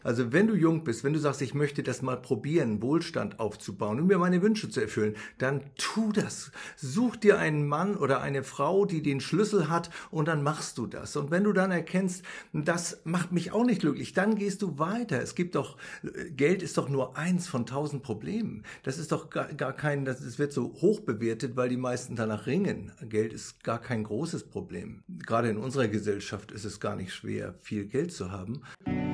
Also wenn du jung bist, wenn du sagst, ich möchte das mal probieren, Wohlstand aufzubauen und mir meine Wünsche zu erfüllen, dann tu das. Such dir einen Mann oder eine Frau, die den Schlüssel hat, und dann machst du das. Und wenn du dann erkennst, das macht mich auch nicht glücklich, dann gehst du weiter. Geld ist doch nur eins von 1000 Problemen. Das ist doch gar kein, es wird so hoch bewertet, weil die meisten danach ringen. Geld ist gar kein großes Problem. Gerade in unserer Gesellschaft ist es gar nicht schwer, viel Geld zu haben.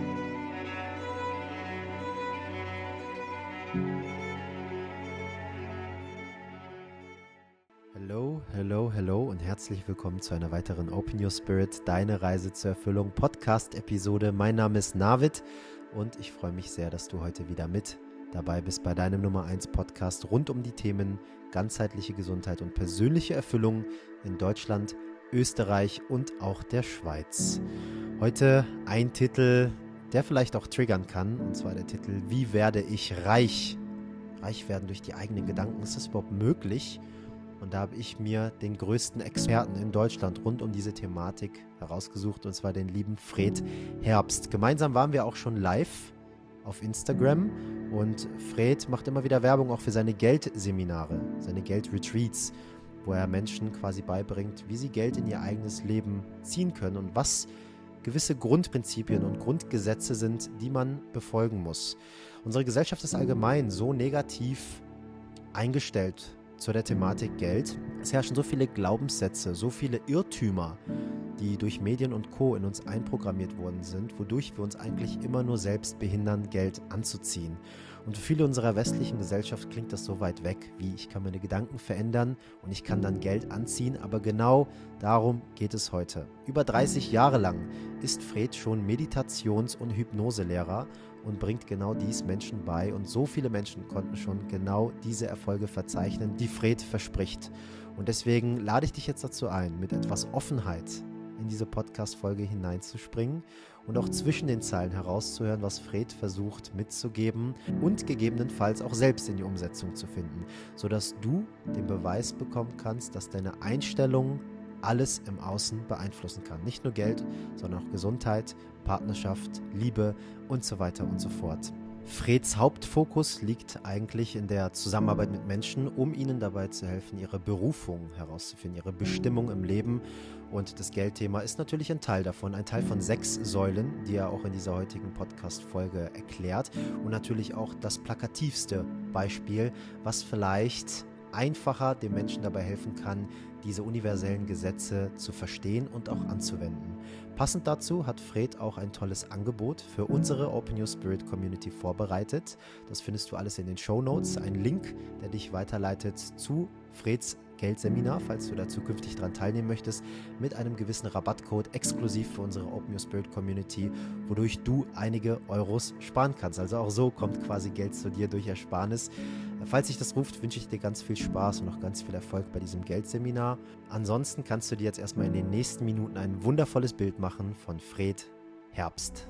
Hello und herzlich willkommen zu einer weiteren Open Your Spirit, deine Reise zur Erfüllung Podcast-Episode. Mein Name ist Navid und ich freue mich sehr, dass du heute wieder mit dabei bist bei deinem Nummer 1 Podcast rund um die Themen ganzheitliche Gesundheit und persönliche Erfüllung in Deutschland, Österreich und auch der Schweiz. Heute ein Titel, der vielleicht auch triggern kann, und zwar der Titel: Wie werde ich reich? Reich werden durch die eigenen Gedanken, ist das überhaupt möglich? Und da habe ich mir den größten Experten in Deutschland rund um diese Thematik herausgesucht, und zwar den lieben Fred Herbst. Gemeinsam waren wir auch schon live auf Instagram, und Fred macht immer wieder Werbung auch für seine Geldseminare, seine Geldretreats, wo er Menschen quasi beibringt, wie sie Geld in ihr eigenes Leben ziehen können und was gewisse Grundprinzipien und Grundgesetze sind, die man befolgen muss. Unsere Gesellschaft ist allgemein so negativ eingestellt zu der Thematik Geld. Es herrschen so viele Glaubenssätze, so viele Irrtümer, die durch Medien und Co. in uns einprogrammiert worden sind, wodurch wir uns eigentlich immer nur selbst behindern, Geld anzuziehen. Und für viele unserer westlichen Gesellschaft klingt das so weit weg, wie ich kann meine Gedanken verändern und ich kann dann Geld anziehen, aber genau darum geht es heute. Über 30 Jahre lang ist Fred schon Meditations- und Hypnoselehrer und bringt genau dies Menschen bei, und so viele Menschen konnten schon genau diese Erfolge verzeichnen, die Fred verspricht. Und deswegen lade ich dich jetzt dazu ein, mit etwas Offenheit in diese Podcast-Folge hineinzuspringen und auch zwischen den Zeilen herauszuhören, was Fred versucht mitzugeben und gegebenenfalls auch selbst in die Umsetzung zu finden, sodass du den Beweis bekommen kannst, dass deine Einstellung alles im Außen beeinflussen kann. Nicht nur Geld, sondern auch Gesundheit, Partnerschaft, Liebe und so weiter und so fort. Freds Hauptfokus liegt eigentlich in der Zusammenarbeit mit Menschen, um ihnen dabei zu helfen, ihre Berufung herauszufinden, ihre Bestimmung im Leben. Und das Geldthema ist natürlich ein Teil davon, ein Teil von 6 Säulen, die er auch in dieser heutigen Podcast-Folge erklärt. Und natürlich auch das plakativste Beispiel, was vielleicht einfacher den Menschen dabei helfen kann, diese universellen Gesetze zu verstehen und auch anzuwenden. Passend dazu hat Fred auch ein tolles Angebot für unsere Open Your Spirit Community vorbereitet. Das findest du alles in den Shownotes. Ein Link, der dich weiterleitet zu Freds Geldseminar, falls du da zukünftig dran teilnehmen möchtest, mit einem gewissen Rabattcode exklusiv für unsere Open Your Spirit Community, wodurch du einige Euros sparen kannst. Also auch so kommt quasi Geld zu dir durch Ersparnis. Falls dich das ruft, wünsche ich dir ganz viel Spaß und auch ganz viel Erfolg bei diesem Geldseminar. Ansonsten kannst du dir jetzt erstmal in den nächsten Minuten ein wundervolles Bild machen von Fred Herbst.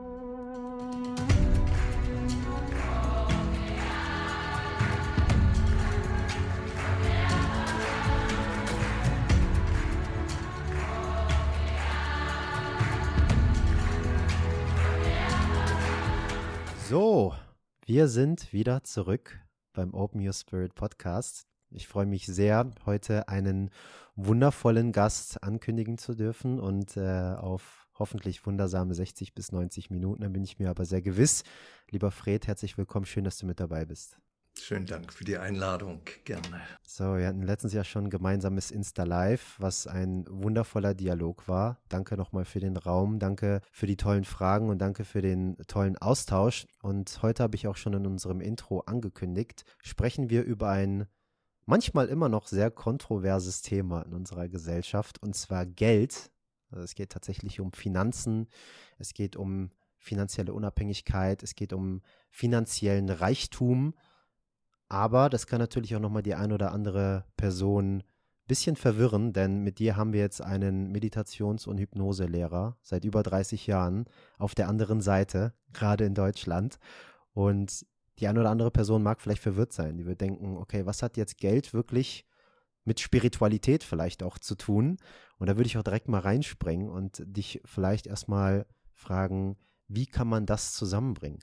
So, wir sind wieder zurück beim Open Your Spirit Podcast. Ich freue mich sehr, heute einen wundervollen Gast ankündigen zu dürfen und auf hoffentlich wundersame 60 bis 90 Minuten. Da bin ich mir aber sehr gewiss. Lieber Fred, herzlich willkommen. Schön, dass du mit dabei bist. Schönen Dank für die Einladung, gerne. So, wir hatten letztens ja schon ein gemeinsames Insta-Live, was ein wundervoller Dialog war. Danke nochmal für den Raum, danke für die tollen Fragen und danke für den tollen Austausch. Und heute habe ich auch schon in unserem Intro angekündigt, sprechen wir über ein manchmal immer noch sehr kontroverses Thema in unserer Gesellschaft, und zwar Geld. Also es geht tatsächlich um Finanzen, es geht um finanzielle Unabhängigkeit, es geht um finanziellen Reichtum. Aber das kann natürlich auch nochmal die ein oder andere Person ein bisschen verwirren, denn mit dir haben wir jetzt einen Meditations- und Hypnoselehrer seit über 30 Jahren auf der anderen Seite, gerade in Deutschland. Und die ein oder andere Person mag vielleicht verwirrt sein. Die wird denken, okay, was hat jetzt Geld wirklich mit Spiritualität vielleicht auch zu tun? Und da würde ich auch direkt mal reinspringen und dich vielleicht erstmal fragen, Wie kann man das zusammenbringen?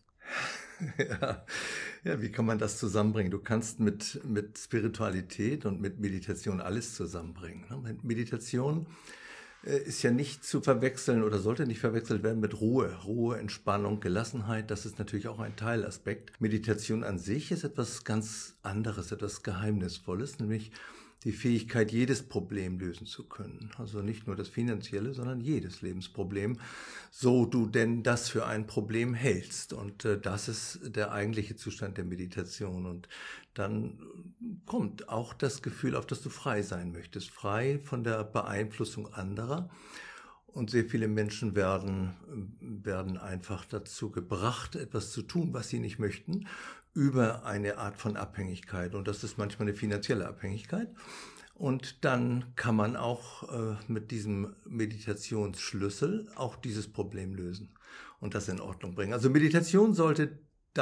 Ja, wie kann man das zusammenbringen? Du kannst mit Spiritualität und mit Meditation alles zusammenbringen. Meditation ist ja nicht zu verwechseln oder sollte nicht verwechselt werden mit Ruhe. Ruhe, Entspannung, Gelassenheit, das ist natürlich auch ein Teilaspekt. Meditation an sich ist etwas ganz anderes, etwas Geheimnisvolles, nämlich die Fähigkeit, jedes Problem lösen zu können. Also nicht nur das finanzielle, sondern jedes Lebensproblem, so du denn das für ein Problem hältst. Und das ist der eigentliche Zustand der Meditation. Und dann kommt auch das Gefühl, auf das du frei sein möchtest. Frei von der Beeinflussung anderer. Und sehr viele Menschen werden einfach dazu gebracht, etwas zu tun, was sie nicht möchten, über eine Art von Abhängigkeit. Und das ist manchmal eine finanzielle Abhängigkeit. Und dann kann man auch mit diesem Meditationsschlüssel auch dieses Problem lösen und das in Ordnung bringen. Also Meditation sollte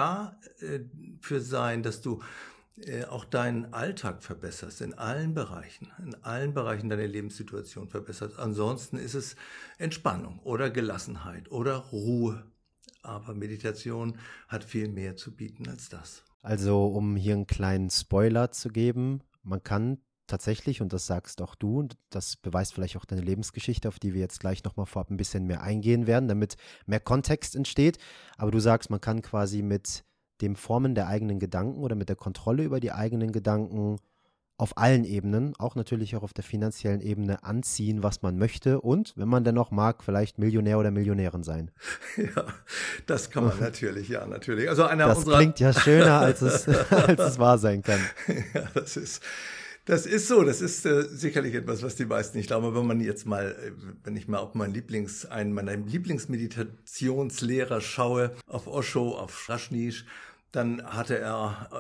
dafür sein, dass du auch deinen Alltag verbesserst, in allen Bereichen deiner Lebenssituation verbesserst. Ansonsten ist es Entspannung oder Gelassenheit oder Ruhe. Aber Meditation hat viel mehr zu bieten als das. Also, um hier einen kleinen Spoiler zu geben, man kann tatsächlich, und das sagst auch du, und das beweist vielleicht auch deine Lebensgeschichte, auf die wir jetzt gleich nochmal vorab ein bisschen mehr eingehen werden, damit mehr Kontext entsteht. Aber du sagst, man kann quasi mit dem Formen der eigenen Gedanken oder mit der Kontrolle über die eigenen Gedanken auf allen Ebenen, auch natürlich auch auf der finanziellen Ebene, anziehen, was man möchte und, wenn man denn noch mag, vielleicht Millionär oder Millionärin sein. Ja, das kann man natürlich, ja, natürlich. Also das klingt ja schöner, als es wahr sein kann. Ja, das ist so, das ist sicherlich etwas, was die meisten nicht glauben. Aber wenn ich mal auf einen meiner Lieblingsmeditationslehrer schaue, auf Osho, auf Rajneesh, dann hatte er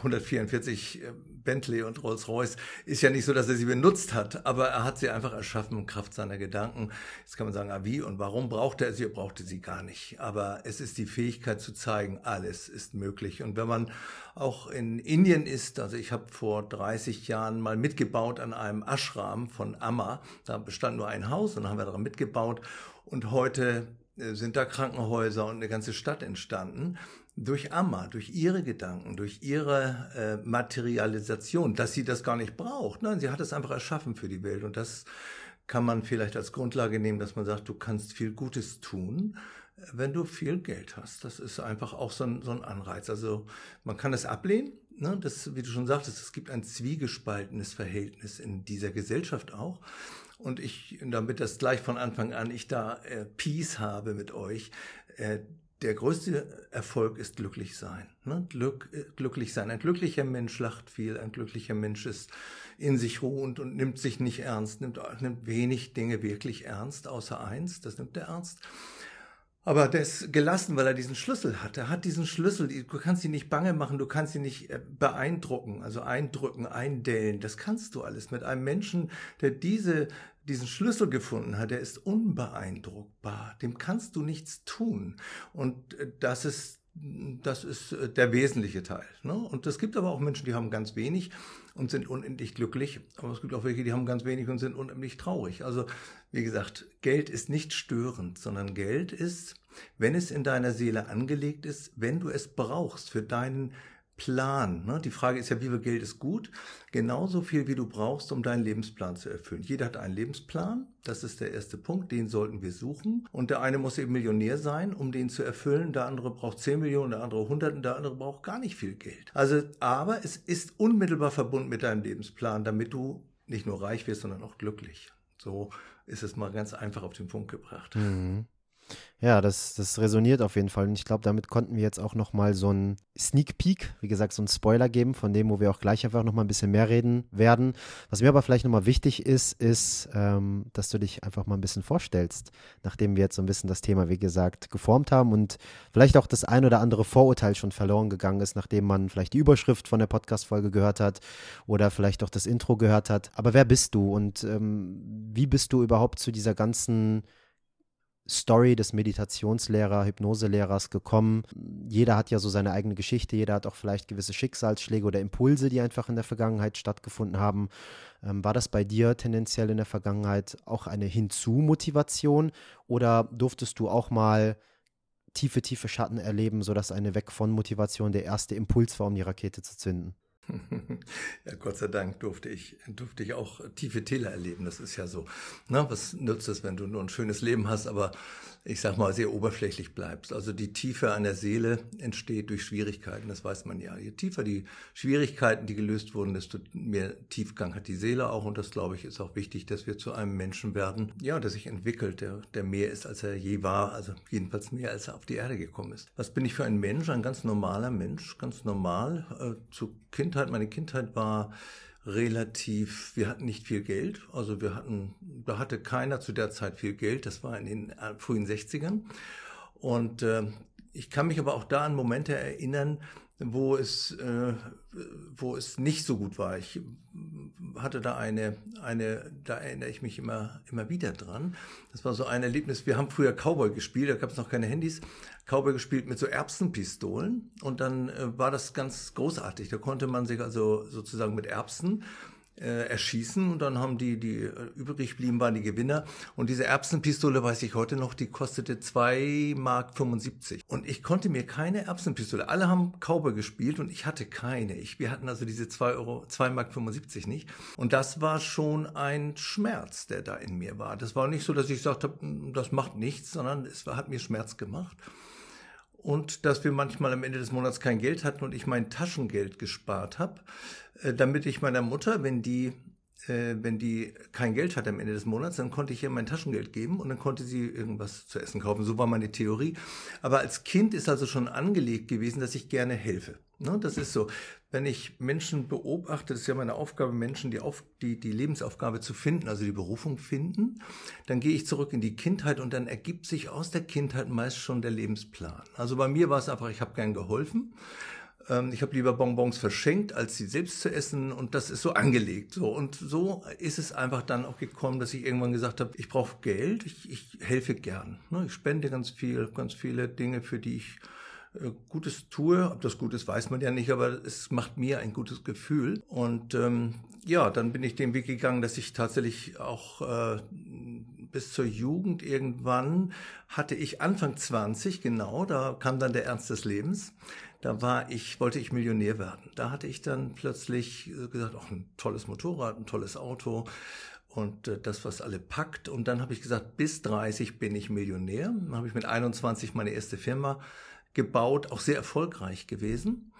144 Bentley und Rolls-Royce. Ist ja nicht so, dass er sie benutzt hat, aber er hat sie einfach erschaffen, Kraft seiner Gedanken. Jetzt kann man sagen, wie und warum brauchte er sie? Er brauchte sie gar nicht. Aber es ist die Fähigkeit zu zeigen, alles ist möglich. Und wenn man auch in Indien ist, also ich habe vor 30 Jahren mal mitgebaut an einem Ashram von Amma. Da bestand nur ein Haus und dann haben wir daran mitgebaut. Und heute sind da Krankenhäuser und eine ganze Stadt entstanden. Durch Amma, durch ihre Gedanken, durch ihre Materialisation, dass sie das gar nicht braucht. Nein, sie hat es einfach erschaffen für die Welt. Und das kann man vielleicht als Grundlage nehmen, dass man sagt, du kannst viel Gutes tun, wenn du viel Geld hast. Das ist einfach auch so ein Anreiz. Also man kann es ablehnen. Ne? Das, wie du schon sagtest, es gibt ein zwiegespaltenes Verhältnis in dieser Gesellschaft auch. Und damit das gleich von Anfang an ich da Peace habe mit euch, der größte Erfolg ist glücklich sein. Ne? Glücklich sein. Ein glücklicher Mensch lacht viel, ein glücklicher Mensch ist in sich ruhend und nimmt sich nicht ernst, nimmt wenig Dinge wirklich ernst, außer eins, das nimmt der Arzt. Aber der ist gelassen, weil er diesen Schlüssel hat. Er hat diesen Schlüssel, du kannst ihn nicht bange machen, du kannst ihn nicht beeindrucken, also eindrücken, eindellen. Das kannst du alles. Mit einem Menschen, der diesen Schlüssel gefunden hat, der ist unbeeindruckbar. Dem kannst du nichts tun. Und das ist der wesentliche Teil. Ne? Und es gibt aber auch Menschen, die haben ganz wenig und sind unendlich glücklich. Aber es gibt auch welche, die haben ganz wenig und sind unendlich traurig. Also wie gesagt, Geld ist nicht störend, sondern Geld ist, wenn es in deiner Seele angelegt ist, wenn du es brauchst für deinen Plan. Ne? Die Frage ist ja, wie viel Geld ist gut? Genauso viel, wie du brauchst, um deinen Lebensplan zu erfüllen. Jeder hat einen Lebensplan, das ist der erste Punkt, den sollten wir suchen. Und der eine muss eben Millionär sein, um den zu erfüllen. Der andere braucht 10 Millionen, der andere 100 und der andere braucht gar nicht viel Geld. Aber es ist unmittelbar verbunden mit deinem Lebensplan, damit du nicht nur reich wirst, sondern auch glücklich. So ist es mal ganz einfach auf den Punkt gebracht. Mhm. Ja, das resoniert auf jeden Fall und ich glaube, damit konnten wir jetzt auch nochmal so einen Sneak Peek, wie gesagt, so einen Spoiler geben, von dem, wo wir auch gleich einfach nochmal ein bisschen mehr reden werden. Was mir aber vielleicht nochmal wichtig ist, dass du dich einfach mal ein bisschen vorstellst, nachdem wir jetzt so ein bisschen das Thema, wie gesagt, geformt haben und vielleicht auch das ein oder andere Vorurteil schon verloren gegangen ist, nachdem man vielleicht die Überschrift von der Podcast-Folge gehört hat oder vielleicht auch das Intro gehört hat. Aber wer bist du und wie bist du überhaupt zu dieser ganzen Story des Meditationslehrer, Hypnoselehrers gekommen? Jeder hat ja so seine eigene Geschichte, jeder hat auch vielleicht gewisse Schicksalsschläge oder Impulse, die einfach in der Vergangenheit stattgefunden haben. War das bei dir tendenziell in der Vergangenheit auch eine Hinzu-Motivation oder durftest du auch mal tiefe Schatten erleben, sodass eine Weg von Motivation der erste Impuls war, um die Rakete zu zünden. Ja, Gott sei Dank durfte ich auch tiefe Täler erleben. Das ist ja so. Na, was nützt es, wenn du nur ein schönes Leben hast, aber ich sag mal, sehr oberflächlich bleibst. Also die Tiefe einer Seele entsteht durch Schwierigkeiten, das weiß man ja. Je tiefer die Schwierigkeiten, die gelöst wurden, desto mehr Tiefgang hat die Seele auch. Und das, glaube ich, ist auch wichtig, dass wir zu einem Menschen werden, ja, der sich entwickelt, der mehr ist, als er je war. Also jedenfalls mehr, als er auf die Erde gekommen ist. Was bin ich für ein Mensch? Ein ganz normaler Mensch, ganz normal. Meine Kindheit war relativ, wir hatten nicht viel Geld, also da hatte keiner zu der Zeit viel Geld, das war in den frühen 60ern und ich kann mich aber auch da an Momente erinnern, wo es nicht so gut war. Ich hatte da da erinnere ich mich immer wieder dran. Das war so ein Erlebnis, wir haben früher Cowboy gespielt, da gab es noch keine Handys, Cowboy gespielt mit so Erbsenpistolen und dann war das ganz großartig. Da konnte man sich also sozusagen mit Erbsen erschießen und dann haben die übrig blieben, waren die Gewinner. Und diese Erbsenpistole, weiß ich heute noch, die kostete 2,75 Mark. Und ich konnte mir keine Erbsenpistole. Alle haben Cowboy gespielt und ich hatte keine. Wir hatten also diese 2,75 Mark nicht. Und das war schon ein Schmerz, der da in mir war. Das war nicht so, dass ich gesagt habe, das macht nichts, sondern hat mir Schmerz gemacht. Und dass wir manchmal am Ende des Monats kein Geld hatten und ich mein Taschengeld gespart habe, damit ich meiner Mutter, wenn die kein Geld hatte am Ende des Monats, dann konnte ich ihr mein Taschengeld geben und dann konnte sie irgendwas zu essen kaufen. So war meine Theorie. Aber als Kind ist also schon angelegt gewesen, dass ich gerne helfe. Ne? Das ist so. Wenn ich Menschen beobachte, das ist ja meine Aufgabe, Menschen die Lebensaufgabe zu finden, also die Berufung finden, dann gehe ich zurück in die Kindheit und dann ergibt sich aus der Kindheit meist schon der Lebensplan. Also bei mir war es einfach, ich habe gern geholfen. Ich habe lieber Bonbons verschenkt, als sie selbst zu essen und das ist so angelegt. So. Und so ist es einfach dann auch gekommen, dass ich irgendwann gesagt habe, ich brauche Geld, ich helfe gern. Ich spende ganz viele Dinge, für die ich Gutes tue. Ob das gut ist, weiß man ja nicht, aber es macht mir ein gutes Gefühl. Und dann bin ich den Weg gegangen, dass ich tatsächlich auch bis zur Jugend irgendwann hatte ich Anfang 20, genau, da kam dann der Ernst des Lebens. Da wollte ich Millionär werden. Da hatte ich dann plötzlich gesagt, ein tolles Motorrad, ein tolles Auto und das, was alle packt. Und dann habe ich gesagt, bis 30 bin ich Millionär. Dann habe ich mit 21 meine erste Firma gebaut, auch sehr erfolgreich gewesen,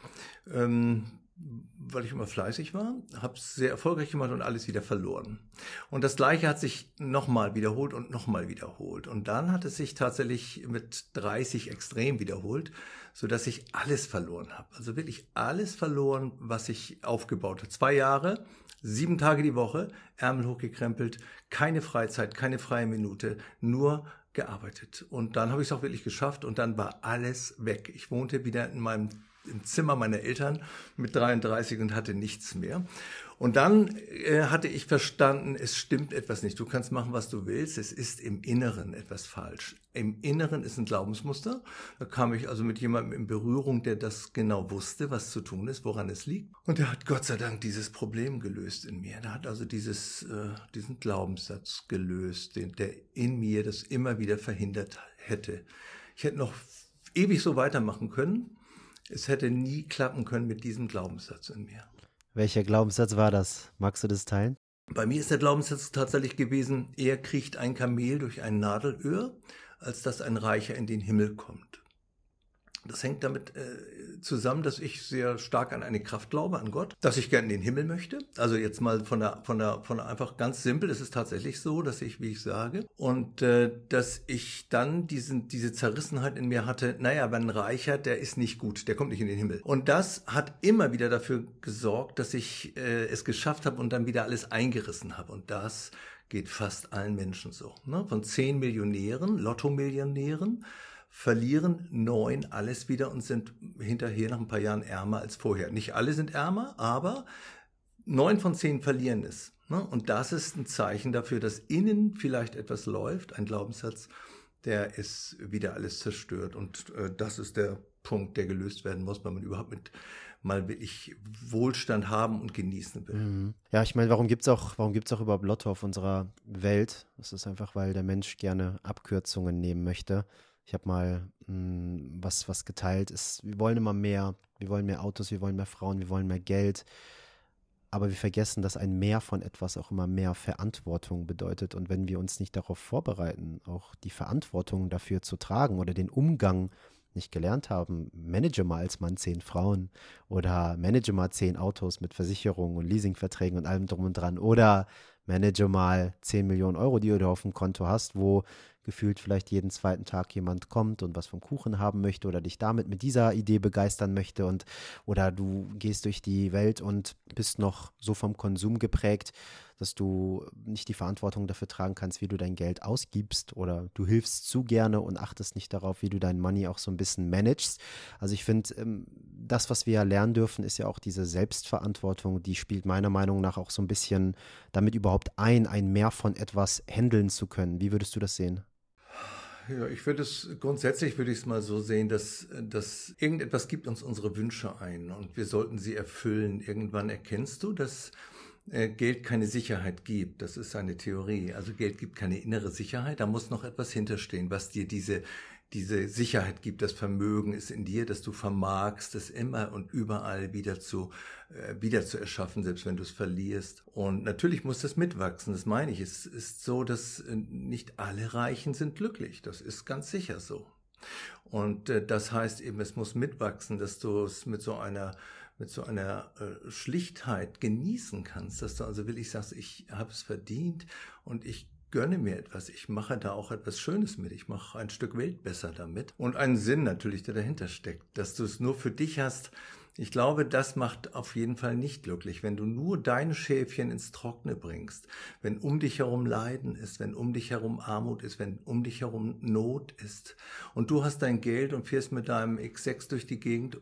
weil ich immer fleißig war, habe es sehr erfolgreich gemacht und alles wieder verloren. Und das Gleiche hat sich nochmal wiederholt und nochmal wiederholt. Und dann hat es sich tatsächlich mit 30 extrem wiederholt, sodass ich alles verloren habe. Also wirklich alles verloren, was ich aufgebaut habe. 2 Jahre, 7 Tage die Woche, Ärmel hochgekrempelt, keine Freizeit, keine freie Minute, nur gearbeitet. Und dann habe ich es auch wirklich geschafft und dann war alles weg. Ich wohnte wieder im Zimmer meiner Eltern mit 33 und hatte nichts mehr. Und dann hatte ich verstanden, es stimmt etwas nicht. Du kannst machen, was du willst. Es ist im Inneren etwas falsch. Im Inneren ist ein Glaubensmuster. Da kam ich also mit jemandem in Berührung, der das genau wusste, was zu tun ist, woran es liegt. Und der hat Gott sei Dank dieses Problem gelöst in mir. Der hat also diesen Glaubenssatz gelöst, der in mir das immer wieder verhindert hätte. Ich hätte noch ewig so weitermachen können. Es hätte nie klappen können mit diesem Glaubenssatz in mir. Welcher Glaubenssatz war das? Magst du das teilen? Bei mir ist der Glaubenssatz tatsächlich gewesen, eher kriecht ein Kamel durch ein Nadelöhr, als dass ein Reicher in den Himmel kommt. Das hängt damit zusammen, dass ich sehr stark an eine Kraft glaube, an Gott, dass ich gerne in den Himmel möchte. Also jetzt mal von der einfach ganz simpel, es ist tatsächlich so, dass ich, wie ich sage, und dass ich dann diese Zerrissenheit in mir hatte, naja, wenn ein Reicher, der ist nicht gut, der kommt nicht in den Himmel. Und das hat immer wieder dafür gesorgt, dass ich es geschafft habe und dann wieder alles eingerissen habe. Und das geht fast allen Menschen so. Ne? Von 10 Millionären, Lotto-Millionären, verlieren 9 alles wieder und sind hinterher nach ein paar Jahren ärmer als vorher. Nicht alle sind ärmer, aber 9 von 10 verlieren es. Ne? Und das ist ein Zeichen dafür, dass innen vielleicht etwas läuft, ein Glaubenssatz, der es wieder alles zerstört. Und das ist der Punkt, der gelöst werden muss, wenn man überhaupt mal wirklich Wohlstand haben und genießen will. Mhm. Ja, ich meine, warum gibt's auch überhaupt Lotto auf unserer Welt? Das ist einfach, weil der Mensch gerne Abkürzungen nehmen möchte. Ich habe mal was geteilt. Wir wollen immer mehr. Wir wollen mehr Autos, wir wollen mehr Frauen, wir wollen mehr Geld. Aber wir vergessen, dass ein Mehr von etwas auch immer mehr Verantwortung bedeutet. Und wenn wir uns nicht darauf vorbereiten, auch die Verantwortung dafür zu tragen oder den Umgang nicht gelernt haben, manage mal als Mann 10 Frauen oder manage mal 10 Autos mit Versicherungen und Leasingverträgen und allem drum und dran oder manage mal 10 Millionen Euro, die du auf dem Konto hast, wo gefühlt vielleicht jeden zweiten Tag jemand kommt und was vom Kuchen haben möchte oder dich damit mit dieser Idee begeistern möchte oder du gehst durch die Welt und bist noch so vom Konsum geprägt, dass du nicht die Verantwortung dafür tragen kannst, wie du dein Geld ausgibst oder du hilfst zu gerne und achtest nicht darauf, wie du dein Money auch so ein bisschen managst. Also ich finde, das, was wir ja lernen dürfen, ist ja auch diese Selbstverantwortung, die spielt meiner Meinung nach auch so ein bisschen damit überhaupt ein Mehr von etwas handeln zu können. Wie würdest du das sehen? Ja, grundsätzlich würde ich es mal so sehen, dass irgendetwas gibt uns unsere Wünsche ein und wir sollten sie erfüllen. Irgendwann erkennst du, dass Geld keine Sicherheit gibt. Das ist eine Theorie. Also Geld gibt keine innere Sicherheit. Da muss noch etwas hinterstehen, was dir diese Sicherheit gibt. Das Vermögen ist in dir, dass du vermagst, es immer und überall wieder zu erschaffen, selbst wenn du es verlierst. Und natürlich muss das mitwachsen. Das meine ich. Es ist so, dass nicht alle Reichen sind glücklich. Das ist ganz sicher so. Und das heißt eben, es muss mitwachsen, dass du es mit so einer Schlichtheit genießen kannst, dass du also wirklich sagst, ich habe es verdient und ich gönne mir etwas, ich mache da auch etwas Schönes mit, ich mache ein Stück Welt besser damit und einen Sinn natürlich, der dahinter steckt, dass du es nur für dich hast. Ich glaube, das macht auf jeden Fall nicht glücklich, wenn du nur deine Schäfchen ins Trockene bringst, wenn um dich herum Leiden ist, wenn um dich herum Armut ist, wenn um dich herum Not ist und du hast dein Geld und fährst mit deinem X6 durch die Gegend,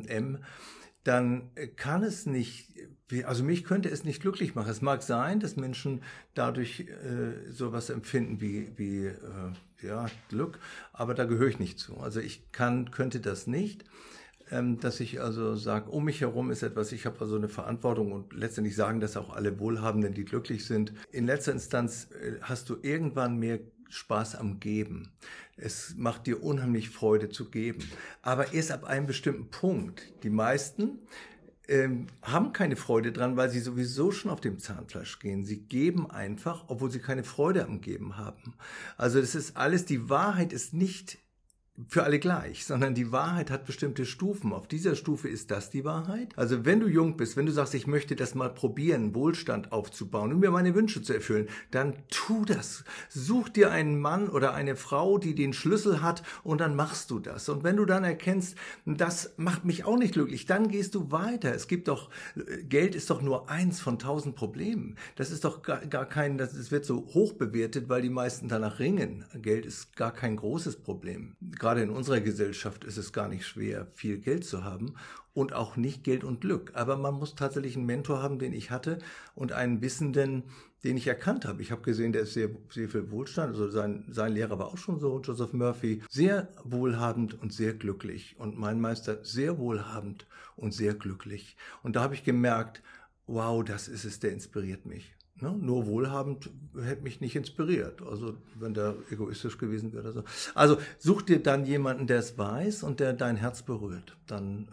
dann kann es nicht, also mich könnte es nicht glücklich machen. Es mag sein, dass Menschen dadurch sowas empfinden wie Glück, aber da gehöre ich nicht zu. Also ich könnte das nicht, dass ich also sage, um mich herum ist etwas, ich habe also eine Verantwortung und letztendlich sagen das auch alle Wohlhabenden, die glücklich sind. In letzter Instanz hast du irgendwann mehr Spaß am Geben. Es macht dir unheimlich Freude zu geben. Aber erst ab einem bestimmten Punkt. Die meisten haben keine Freude dran, weil sie sowieso schon auf dem Zahnfleisch gehen. Sie geben einfach, obwohl sie keine Freude am Geben haben. Also das ist alles, die Wahrheit ist nicht für alle gleich, sondern die Wahrheit hat bestimmte Stufen. Auf dieser Stufe ist das die Wahrheit. Also wenn du jung bist, wenn du sagst, ich möchte das mal probieren, Wohlstand aufzubauen und mir meine Wünsche zu erfüllen, dann tu das. Such dir einen Mann oder eine Frau, die den Schlüssel hat und dann machst du das. Und wenn du dann erkennst, das macht mich auch nicht glücklich, dann gehst du weiter. Geld ist doch nur eins von 1000 Problemen. Das ist doch gar kein, es wird so hoch bewertet, weil die meisten danach ringen. Geld ist gar kein großes Problem. Gerade in unserer Gesellschaft ist es gar nicht schwer, viel Geld zu haben und auch nicht Geld und Glück. Aber man muss tatsächlich einen Mentor haben, den ich hatte und einen Wissenden, den ich erkannt habe. Ich habe gesehen, der ist sehr, sehr viel Wohlstand. Also sein Lehrer war auch schon so, Joseph Murphy. Sehr wohlhabend und sehr glücklich. Und mein Meister sehr wohlhabend und sehr glücklich. Und da habe ich gemerkt, wow, das ist es, der inspiriert mich. Ne? Nur wohlhabend hätte mich nicht inspiriert, also wenn der egoistisch gewesen wäre oder so. Also such dir dann jemanden, der es weiß und der dein Herz berührt. Dann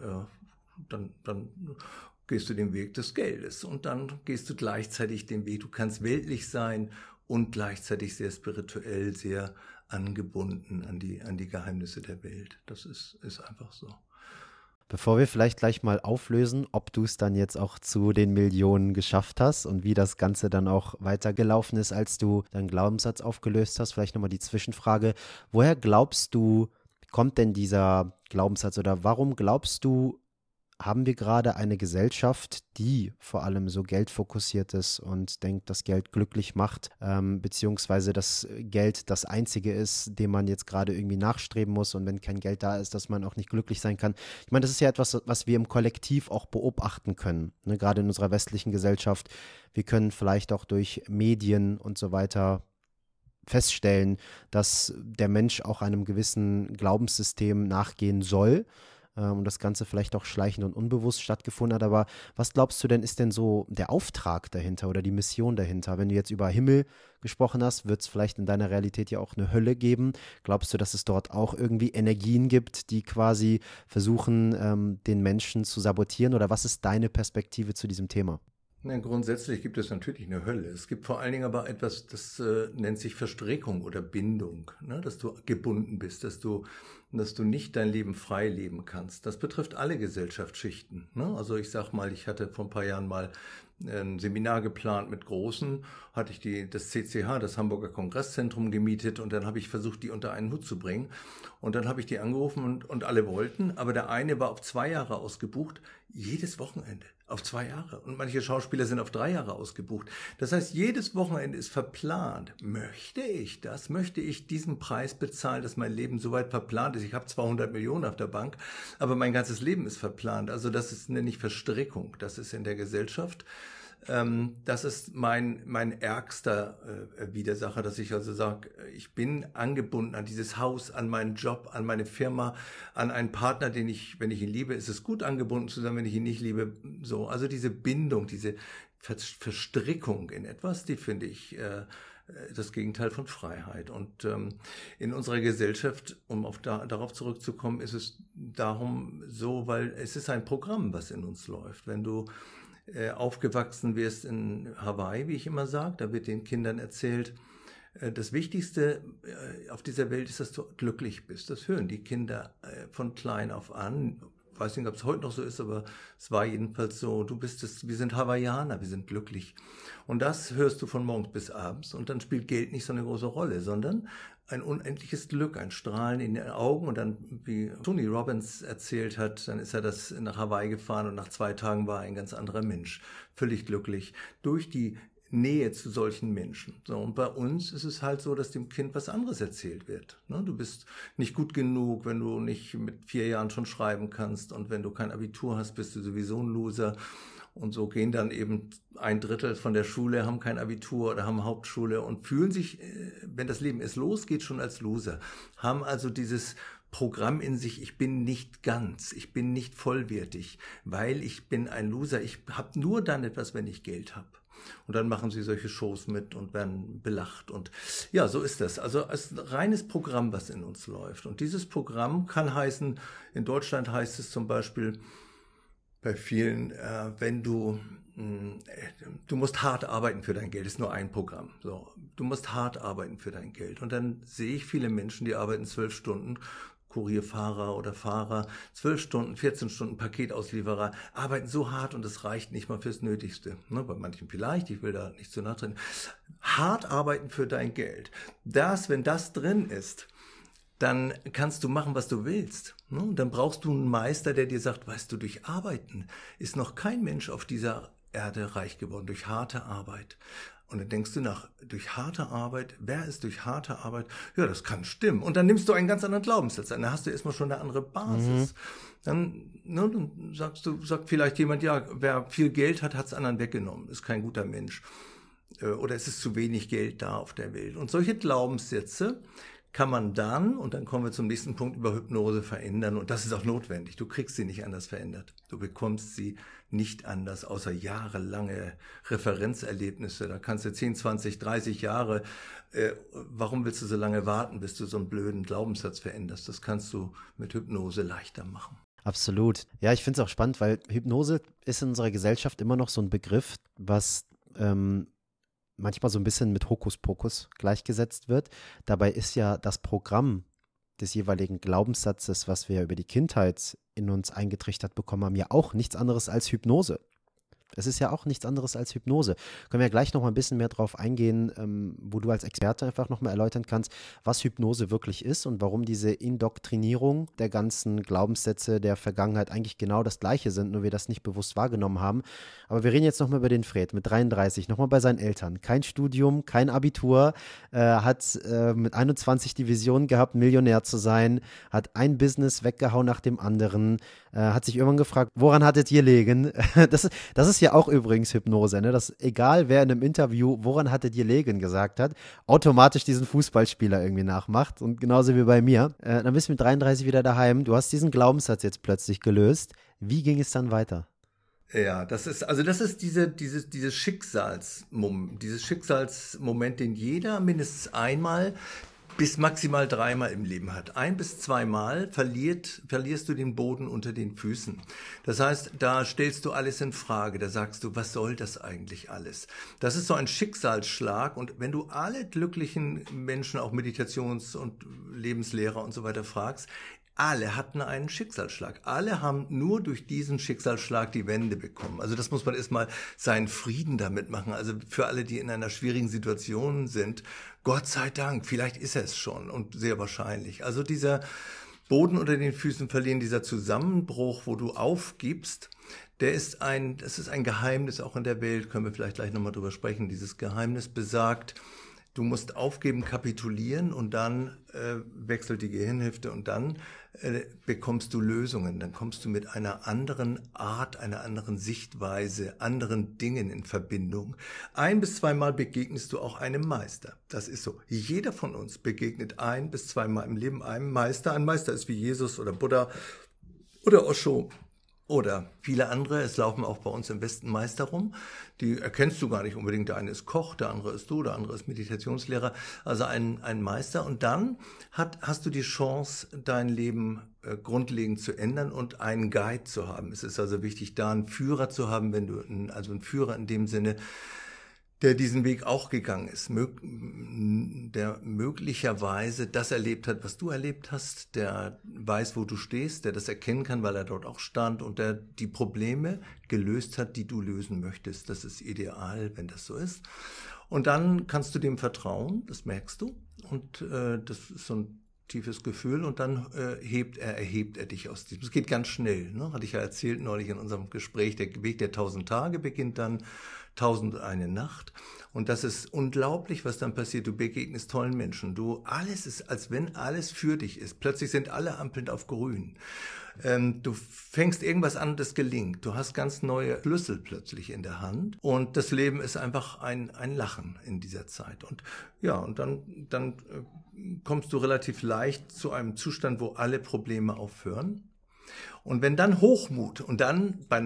gehst du den Weg des Geldes und dann gehst du gleichzeitig den Weg. Du kannst weltlich sein und gleichzeitig sehr spirituell, sehr angebunden an die Geheimnisse der Welt. Das ist einfach so. Bevor wir vielleicht gleich mal auflösen, ob du es dann jetzt auch zu den Millionen geschafft hast und wie das Ganze dann auch weitergelaufen ist, als du deinen Glaubenssatz aufgelöst hast, vielleicht nochmal die Zwischenfrage, woher glaubst du, kommt denn dieser Glaubenssatz oder warum glaubst du, haben wir gerade eine Gesellschaft, die vor allem so geldfokussiert ist und denkt, dass Geld glücklich macht, beziehungsweise dass Geld das Einzige ist, dem man jetzt gerade irgendwie nachstreben muss und wenn kein Geld da ist, dass man auch nicht glücklich sein kann. Ich meine, das ist ja etwas, was wir im Kollektiv auch beobachten können, ne? Gerade in unserer westlichen Gesellschaft. Wir können vielleicht auch durch Medien und so weiter feststellen, dass der Mensch auch einem gewissen Glaubenssystem nachgehen soll, und das Ganze vielleicht auch schleichend und unbewusst stattgefunden hat. Aber was glaubst du denn, ist denn so der Auftrag dahinter oder die Mission dahinter? Wenn du jetzt über Himmel gesprochen hast, wird es vielleicht in deiner Realität ja auch eine Hölle geben. Glaubst du, dass es dort auch irgendwie Energien gibt, die quasi versuchen, den Menschen zu sabotieren? Oder was ist deine Perspektive zu diesem Thema? Ja, grundsätzlich gibt es natürlich eine Hölle. Es gibt vor allen Dingen aber etwas, das nennt sich Verstrickung oder Bindung, ne? Dass du gebunden bist, dass du nicht dein Leben frei leben kannst. Das betrifft alle Gesellschaftsschichten, ne? Also ich sag mal, ich hatte vor ein paar Jahren mal ein Seminar geplant mit Großen, hatte ich das CCH, das Hamburger Kongresszentrum, gemietet und dann habe ich versucht, die unter einen Hut zu bringen. Und dann habe ich die angerufen und alle wollten, aber der eine war auf 2 Jahre ausgebucht, jedes Wochenende. Auf 2 Jahre. Und manche Schauspieler sind auf 3 Jahre ausgebucht. Das heißt, jedes Wochenende ist verplant. Möchte ich das? Möchte ich diesen Preis bezahlen, dass mein Leben so weit verplant ist? Ich habe 200 Millionen auf der Bank, aber mein ganzes Leben ist verplant. Also das ist nicht Verstrickung. Das ist in der Gesellschaft. Das ist mein ärgster Widersacher, dass ich also sage, ich bin angebunden an dieses Haus, an meinen Job, an meine Firma, an einen Partner, wenn ich ihn liebe, ist es gut angebunden zu sein, wenn ich ihn nicht liebe, so. Also diese Bindung, diese Verstrickung in etwas, die finde ich das Gegenteil von Freiheit. Und in unserer Gesellschaft, um darauf zurückzukommen, ist es darum so, weil es ist ein Programm, was in uns läuft. Wenn du aufgewachsen wirst in Hawaii, wie ich immer sage, da wird den Kindern erzählt, das Wichtigste auf dieser Welt ist, dass du glücklich bist. Das hören die Kinder von klein auf an. Ich weiß nicht, ob es heute noch so ist, aber es war jedenfalls so, wir sind Hawaiianer, wir sind glücklich. Und das hörst du von morgens bis abends und dann spielt Geld nicht so eine große Rolle, sondern ein unendliches Glück, ein Strahlen in den Augen und dann, wie Tony Robbins erzählt hat, dann ist er nach Hawaii gefahren und nach 2 Tagen war er ein ganz anderer Mensch, völlig glücklich, durch die Nähe zu solchen Menschen. So, und bei uns ist es halt so, dass dem Kind was anderes erzählt wird. Ne? Du bist nicht gut genug, wenn du nicht mit 4 Jahren schon schreiben kannst und wenn du kein Abitur hast, bist du sowieso ein Loser. Und so gehen dann eben 1/3 von der Schule, haben kein Abitur oder haben Hauptschule und fühlen sich, wenn das Leben es losgeht, schon als Loser. Haben also dieses Programm in sich, ich bin nicht ganz, ich bin nicht vollwertig, weil ich bin ein Loser. Ich habe nur dann etwas, wenn ich Geld habe. Und dann machen sie solche Shows mit und werden belacht. Und ja, so ist das. Also es ist ein reines Programm, was in uns läuft. Und dieses Programm kann heißen, in Deutschland heißt es zum Beispiel, bei vielen, wenn du musst hart arbeiten für dein Geld, ist nur ein Programm. So, du musst hart arbeiten für dein Geld. Und dann sehe ich viele Menschen, die arbeiten 12 Stunden, Kurierfahrer oder Fahrer, 12 Stunden, 14 Stunden Paketauslieferer, arbeiten so hart und es reicht nicht mal fürs Nötigste. Ne, bei manchen vielleicht, ich will da nicht zu nahe treten. Hart arbeiten für dein Geld. Wenn das drin ist, dann kannst du machen, was du willst. Und dann brauchst du einen Meister, der dir sagt, weißt du, durch Arbeiten ist noch kein Mensch auf dieser Erde reich geworden, durch harte Arbeit. Und dann denkst du durch harte Arbeit, wer ist durch harte Arbeit? Ja, das kann stimmen. Und dann nimmst du einen ganz anderen Glaubenssatz an. Da hast du erstmal schon eine andere Basis. Dann sagt vielleicht jemand, ja, wer viel Geld hat, hat es anderen weggenommen. Ist kein guter Mensch. Oder es ist zu wenig Geld da auf der Welt. Und solche Glaubenssätze kann man dann, und dann kommen wir zum nächsten Punkt, über Hypnose verändern. Und das ist auch notwendig. Du kriegst sie nicht anders verändert. Du bekommst sie nicht anders, außer jahrelange Referenzerlebnisse. Da kannst du 10, 20, 30 Jahre, warum willst du so lange warten, bis du so einen blöden Glaubenssatz veränderst? Das kannst du mit Hypnose leichter machen. Absolut. Ja, ich finde es auch spannend, weil Hypnose ist in unserer Gesellschaft immer noch so ein Begriff, was manchmal so ein bisschen mit Hokuspokus gleichgesetzt wird. Dabei ist ja das Programm des jeweiligen Glaubenssatzes, was wir über die Kindheit in uns eingetrichtert bekommen haben, ja auch nichts anderes als Hypnose. Es ist ja auch nichts anderes als Hypnose. Können wir ja gleich noch mal ein bisschen mehr drauf eingehen, wo du als Experte einfach noch mal erläutern kannst, was Hypnose wirklich ist und warum diese Indoktrinierung der ganzen Glaubenssätze der Vergangenheit eigentlich genau das Gleiche sind, nur wir das nicht bewusst wahrgenommen haben. Aber wir reden jetzt noch mal über den Fred mit 33, noch mal bei seinen Eltern. Kein Studium, kein Abitur, hat mit 21 die Vision gehabt, Millionär zu sein, hat ein Business weggehauen nach dem anderen, hat sich irgendwann gefragt, woran hattet ihr liegen? Das ist ja ja auch übrigens Hypnose, ne? Dass egal wer in einem Interview, woran hattet ihr Legen gesagt hat, automatisch diesen Fußballspieler irgendwie nachmacht. Und genauso wie bei mir. Dann bist du mit 33 wieder daheim. Du hast diesen Glaubenssatz jetzt plötzlich gelöst. Wie ging es dann weiter? Ja, das ist dieses Schicksalsmoment, den jeder mindestens einmal bis maximal dreimal im Leben hat. 1 bis 2 Mal verlierst du den Boden unter den Füßen. Das heißt, da stellst du alles in Frage. Da sagst du, was soll das eigentlich alles? Das ist so ein Schicksalsschlag. Und wenn du alle glücklichen Menschen, auch Meditations- und Lebenslehrer und so weiter fragst, alle hatten einen Schicksalsschlag. Alle haben nur durch diesen Schicksalsschlag die Wende bekommen. Also das muss man erstmal seinen Frieden damit machen. Also für alle, die in einer schwierigen Situation sind, Gott sei Dank, vielleicht ist er es schon und sehr wahrscheinlich. Also dieser Boden unter den Füßen verlieren, dieser Zusammenbruch, wo du aufgibst, das ist ein Geheimnis auch in der Welt, können wir vielleicht gleich nochmal drüber sprechen. Dieses Geheimnis besagt, du musst aufgeben, kapitulieren und dann wechselt die Gehirnhälfte und dann bekommst du Lösungen. Dann kommst du mit einer anderen Art, einer anderen Sichtweise, anderen Dingen in Verbindung. 1 bis 2 Mal begegnest du auch einem Meister. Das ist so. Jeder von uns begegnet 1 bis 2 Mal im Leben einem Meister. Ein Meister ist wie Jesus oder Buddha oder Osho. Oder viele andere, es laufen auch bei uns im Westen Meister rum, die erkennst du gar nicht unbedingt. Der eine ist Koch, der andere ist du, der andere ist Meditationslehrer, also ein Meister. Und dann hast du die Chance, dein Leben grundlegend zu ändern und einen Guide zu haben. Es ist also wichtig, da einen Führer zu haben, also einen Führer in dem Sinne, der diesen Weg auch gegangen ist, der möglicherweise das erlebt hat, was du erlebt hast, der weiß, wo du stehst, der das erkennen kann, weil er dort auch stand und der die Probleme gelöst hat, die du lösen möchtest. Das ist ideal, wenn das so ist. Und dann kannst du dem vertrauen, das merkst du. Und das ist so ein tiefes Gefühl und dann erhebt er dich aus diesem. Es geht ganz schnell, ne? Hatte ich ja erzählt neulich in unserem Gespräch. Der Weg der 1000 Tage beginnt dann 1001 Nacht. Und das ist unglaublich, was dann passiert. Du begegnest tollen Menschen. Alles ist, als wenn alles für dich ist. Plötzlich sind alle Ampeln auf grün. Du fängst irgendwas an, das gelingt. Du hast ganz neue Schlüssel plötzlich in der Hand. Und das Leben ist einfach ein Lachen in dieser Zeit. Und ja, und dann kommst du relativ leicht zu einem Zustand, wo alle Probleme aufhören. Und wenn dann Hochmut und dann bei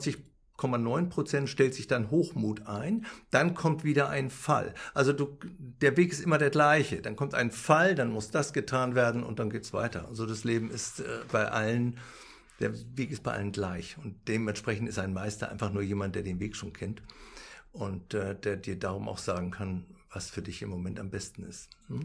99,9% stellt sich dann Hochmut ein, dann kommt wieder ein Fall. Also der Weg ist immer der gleiche. Dann kommt ein Fall, dann muss das getan werden und dann geht's weiter. Also das Leben ist der Weg ist bei allen gleich. Und dementsprechend ist ein Meister einfach nur jemand, der den Weg schon kennt und der dir darum auch sagen kann, was für dich im Moment am besten ist.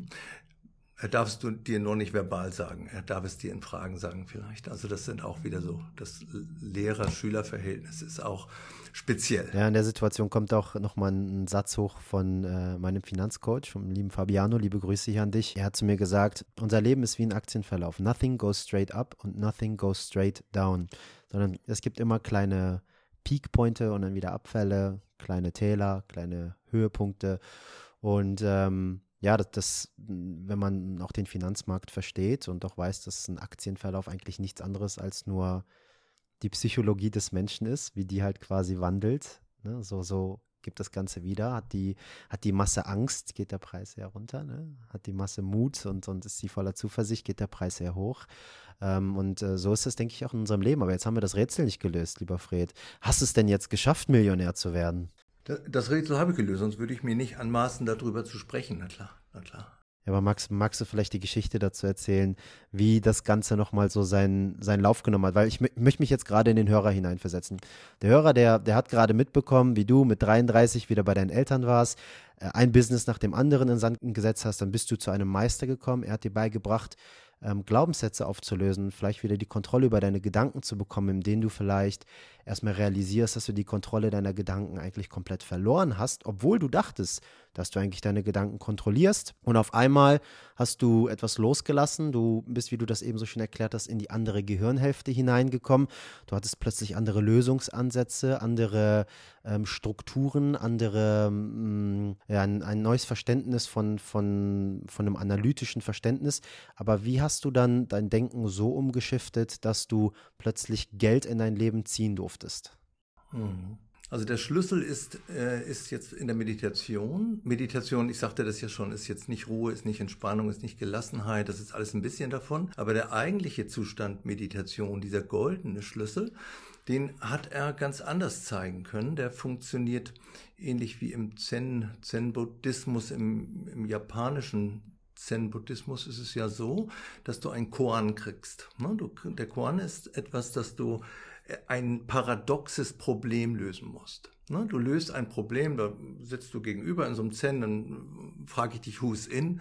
Er darf es dir nur nicht verbal sagen. Er darf es dir in Fragen sagen vielleicht. Also das sind auch wieder so, das Lehrer-Schüler-Verhältnis ist auch speziell. Ja, in der Situation kommt auch nochmal ein Satz hoch von meinem Finanzcoach, vom lieben Fabiano. Liebe Grüße hier an dich. Er hat zu mir gesagt, unser Leben ist wie ein Aktienverlauf. Nothing goes straight up und nothing goes straight down. Sondern es gibt immer kleine Peakpointe und dann wieder Abfälle, kleine Täler, kleine Höhepunkte. Und ja, wenn man auch den Finanzmarkt versteht und auch weiß, dass ein Aktienverlauf eigentlich nichts anderes als nur die Psychologie des Menschen ist, wie die halt quasi wandelt, ne? So gibt das Ganze wieder. Hat die Masse Angst, geht der Preis eher runter, ne? Hat die Masse Mut und ist sie voller Zuversicht, geht der Preis eher hoch. So ist es, denke ich, auch in unserem Leben. Aber jetzt haben wir das Rätsel nicht gelöst, lieber Fred. Hast du es denn jetzt geschafft, Millionär zu werden? Das Rätsel habe ich gelöst, sonst würde ich mir nicht anmaßen, darüber zu sprechen. Na klar. Ja, aber magst du vielleicht die Geschichte dazu erzählen, wie das Ganze nochmal so seinen Lauf genommen hat? Weil ich möchte mich jetzt gerade in den Hörer hineinversetzen. Der Hörer, der hat gerade mitbekommen, wie du mit 33 wieder bei deinen Eltern warst, ein Business nach dem anderen in Sand gesetzt hast, dann bist du zu einem Meister gekommen. Er hat dir beigebracht, Glaubenssätze aufzulösen, vielleicht wieder die Kontrolle über deine Gedanken zu bekommen, in denen du vielleicht erstmal realisierst, dass du die Kontrolle deiner Gedanken eigentlich komplett verloren hast, obwohl du dachtest, dass du eigentlich deine Gedanken kontrollierst. Und auf einmal hast du etwas losgelassen. Du bist, wie du das eben so schön erklärt hast, in die andere Gehirnhälfte hineingekommen. Du hattest plötzlich andere Lösungsansätze, andere Strukturen, ein neues Verständnis von einem analytischen Verständnis. Aber wie hast du dann dein Denken so umgeschiftet, dass du plötzlich Geld in dein Leben ziehen durftest? Also der Schlüssel ist jetzt in der Meditation. Meditation, ich sagte das ja schon, ist jetzt nicht Ruhe, ist nicht Entspannung, ist nicht Gelassenheit, das ist alles ein bisschen davon. Aber der eigentliche Zustand Meditation, dieser goldene Schlüssel, den hat er ganz anders zeigen können. Der funktioniert ähnlich wie im Zen-Buddhismus, im japanischen Zen-Buddhismus ist es ja so, dass du ein Koan kriegst. Der Koan ist etwas, das du ein paradoxes Problem lösen musst. Du löst ein Problem, da sitzt du gegenüber in so einem Zen, dann frage ich dich, who's in,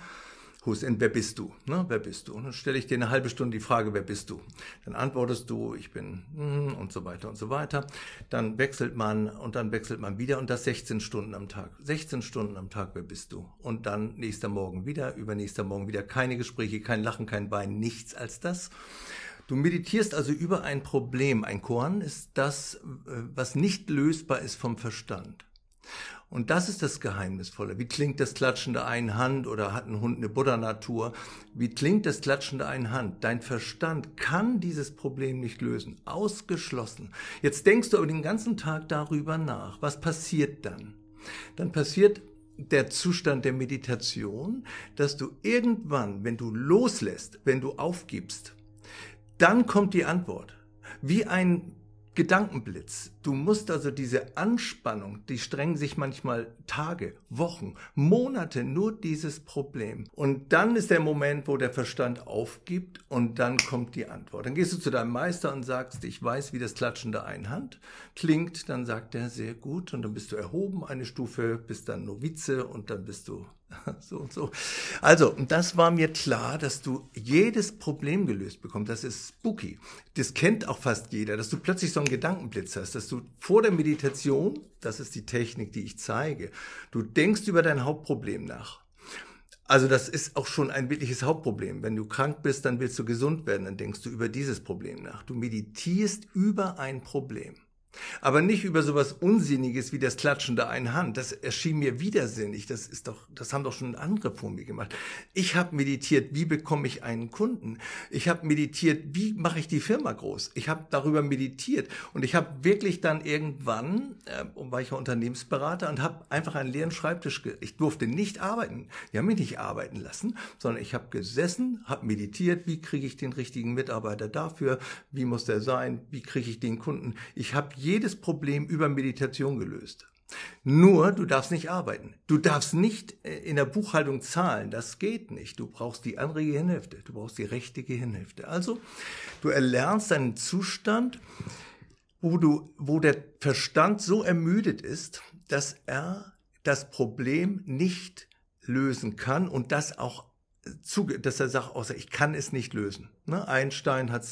wer bist du? Wer bist du? Und dann stelle ich dir eine halbe Stunde die Frage, wer bist du? Dann antwortest du, ich bin und so weiter und so weiter. Dann wechselt man wieder und das 16 Stunden am Tag. 16 Stunden am Tag, wer bist du? Und dann nächster Morgen wieder, übernächster Morgen wieder, keine Gespräche, kein Lachen, kein Weinen, nichts als das. Du meditierst also über ein Problem. Ein Koan ist das, was nicht lösbar ist vom Verstand. Und das ist das Geheimnisvolle. Wie klingt das Klatschen der einen Hand oder hat ein Hund eine Buddha-Natur? Wie klingt das Klatschen der einen Hand? Dein Verstand kann dieses Problem nicht lösen. Ausgeschlossen. Jetzt denkst du aber den ganzen Tag darüber nach. Was passiert dann? Dann passiert der Zustand der Meditation, dass du irgendwann, wenn du loslässt, wenn du aufgibst, dann kommt die Antwort. Wie ein Gedankenblitz. Du musst also diese Anspannung, die strengen sich manchmal Tage, Wochen, Monate, nur dieses Problem. Und dann ist der Moment, wo der Verstand aufgibt und dann kommt die Antwort. Dann gehst du zu deinem Meister und sagst, ich weiß, wie das Klatschen der einen Hand klingt. Dann sagt er, sehr gut. Und dann bist du erhoben eine Stufe, bist dann Novize und dann bist du so und so. Also, und das war mir klar, dass du jedes Problem gelöst bekommst. Das ist spooky. Das kennt auch fast jeder, dass du plötzlich so einen Gedankenblitz hast, dass du vor der Meditation, das ist die Technik, die ich zeige, du denkst über dein Hauptproblem nach. Also das ist auch schon ein wirkliches Hauptproblem. Wenn du krank bist, dann willst du gesund werden, dann denkst du über dieses Problem nach. Du meditierst über ein Problem. Aber nicht über sowas Unsinniges wie das Klatschen der einen Hand. Das erschien mir widersinnig. Das haben doch schon andere vor mir gemacht. Ich habe meditiert, wie bekomme ich einen Kunden? Ich habe meditiert, wie mache ich die Firma groß? Ich habe darüber meditiert und ich habe wirklich dann irgendwann, war ich ja Unternehmensberater und habe einfach einen leeren Schreibtisch. Ich durfte nicht arbeiten. Die haben mich nicht arbeiten lassen, sondern ich habe gesessen, habe meditiert, wie kriege ich den richtigen Mitarbeiter dafür? Wie muss der sein? Wie kriege ich den Kunden? Ich habe jedes Problem über Meditation gelöst. Nur, du darfst nicht arbeiten. Du darfst nicht in der Buchhaltung zahlen. Das geht nicht. Du brauchst die andere Gehirnhälfte. Du brauchst die rechte Gehirnhälfte. Also, du erlernst einen Zustand, wo der Verstand so ermüdet ist, dass er das Problem nicht lösen kann und dass er sagt, ich kann es nicht lösen. Einstein hat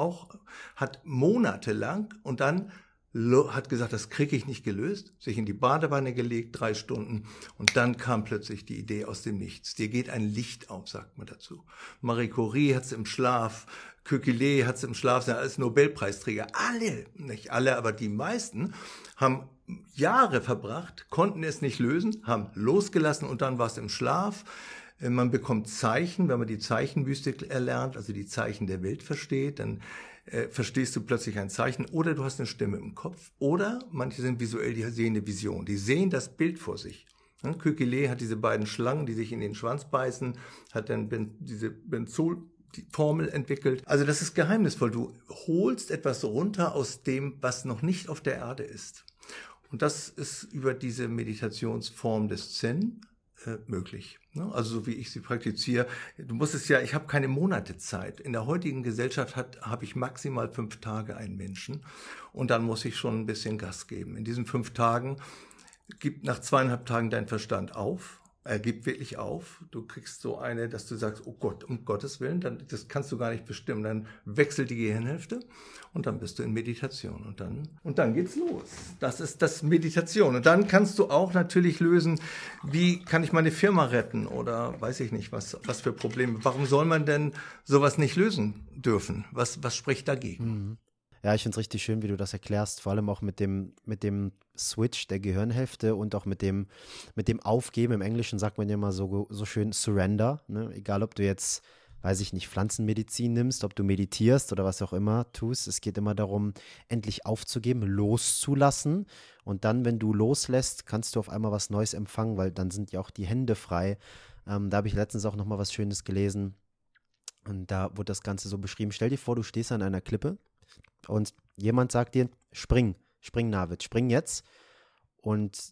monatelang und dann hat gesagt, das kriege ich nicht gelöst, sich in die Badewanne gelegt, 3 Stunden und dann kam plötzlich die Idee aus dem Nichts. Dir geht ein Licht auf, sagt man dazu. Marie Curie hat es im Schlaf, Kekulé hat es im Schlaf, sind alles Nobelpreisträger. Alle, nicht alle, aber die meisten haben Jahre verbracht, konnten es nicht lösen, haben losgelassen und dann war es im Schlaf. Man bekommt Zeichen, wenn man die Zeichenmystik erlernt, also die Zeichen der Welt versteht, dann verstehst du plötzlich ein Zeichen oder du hast eine Stimme im Kopf oder manche sind visuell, die sehen eine Vision, die sehen das Bild vor sich. Kekulé hat diese beiden Schlangen, die sich in den Schwanz beißen, hat dann diese Benzol-Formel entwickelt. Also das ist geheimnisvoll. Du holst etwas runter aus dem, was noch nicht auf der Erde ist. Und das ist über diese Meditationsform des Zen möglich. Also so wie ich sie praktiziere. Du musst es ja, ich habe keine Monate Zeit. In der heutigen Gesellschaft habe ich maximal 5 Tage einen Menschen und dann muss ich schon ein bisschen Gas geben. In diesen 5 Tagen gibt nach 2,5 Tagen dein Verstand auf. Er gibt wirklich auf. Du kriegst so eine, dass du sagst, oh Gott, um Gottes Willen, das kannst du gar nicht bestimmen. Dann wechselt die Gehirnhälfte und dann bist du in Meditation und dann geht's los. Das ist das Meditation. Und dann kannst du auch natürlich lösen, wie kann ich meine Firma retten oder weiß ich nicht, was für Probleme. Warum soll man denn sowas nicht lösen dürfen? Was spricht dagegen? Mhm. Ja, ich finde es richtig schön, wie du das erklärst, vor allem auch mit dem Switch der Gehirnhälfte und auch mit dem Aufgeben. Im Englischen sagt man ja immer so schön Surrender, ne? Egal, ob du jetzt weiß ich nicht, Pflanzenmedizin nimmst, ob du meditierst oder was auch immer tust. Es geht immer darum, endlich aufzugeben, loszulassen. Und dann, wenn du loslässt, kannst du auf einmal was Neues empfangen, weil dann sind ja auch die Hände frei. Da habe ich letztens auch nochmal was Schönes gelesen. Und da wurde das Ganze so beschrieben. Stell dir vor, du stehst an einer Klippe und jemand sagt dir, spring, Navid, spring jetzt. Und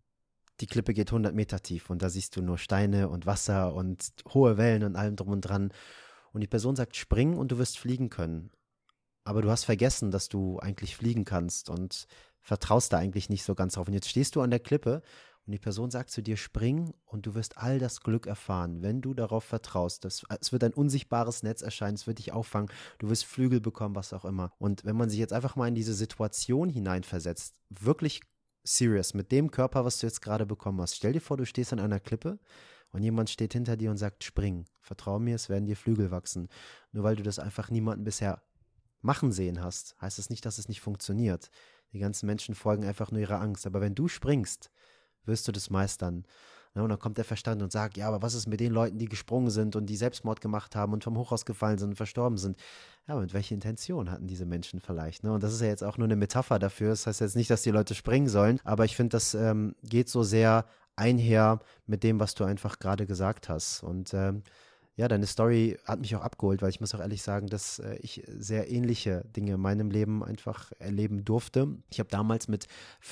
die Klippe geht 100 Meter tief und da siehst du nur Steine und Wasser und hohe Wellen und allem drum und dran. Und die Person sagt, spring und du wirst fliegen können. Aber du hast vergessen, dass du eigentlich fliegen kannst und vertraust da eigentlich nicht so ganz drauf. Und jetzt stehst du an der Klippe und die Person sagt zu dir, spring und du wirst all das Glück erfahren, wenn du darauf vertraust. Es wird ein unsichtbares Netz erscheinen, es wird dich auffangen, du wirst Flügel bekommen, was auch immer. Und wenn man sich jetzt einfach mal in diese Situation hineinversetzt, wirklich serious, mit dem Körper, was du jetzt gerade bekommen hast. Stell dir vor, du stehst an einer Klippe und jemand steht hinter dir und sagt, spring, vertrau mir, es werden dir Flügel wachsen. Nur weil du das einfach niemanden bisher machen sehen hast, heißt es nicht, dass es nicht funktioniert. Die ganzen Menschen folgen einfach nur ihrer Angst. Aber wenn du springst, wirst du das meistern. Ja, und dann kommt der Verstand und sagt, ja, aber was ist mit den Leuten, die gesprungen sind und die Selbstmord gemacht haben und vom Hochhaus gefallen sind und verstorben sind? Ja, mit welcher Intention hatten diese Menschen vielleicht? Ne? Und das ist ja jetzt auch nur eine Metapher dafür. Das heißt jetzt nicht, dass die Leute springen sollen, aber ich finde, das geht so sehr einher mit dem, was du einfach gerade gesagt hast. Und ja, deine Story hat mich auch abgeholt, weil ich muss auch ehrlich sagen, dass ich sehr ähnliche Dinge in meinem Leben einfach erleben durfte. Ich habe damals mit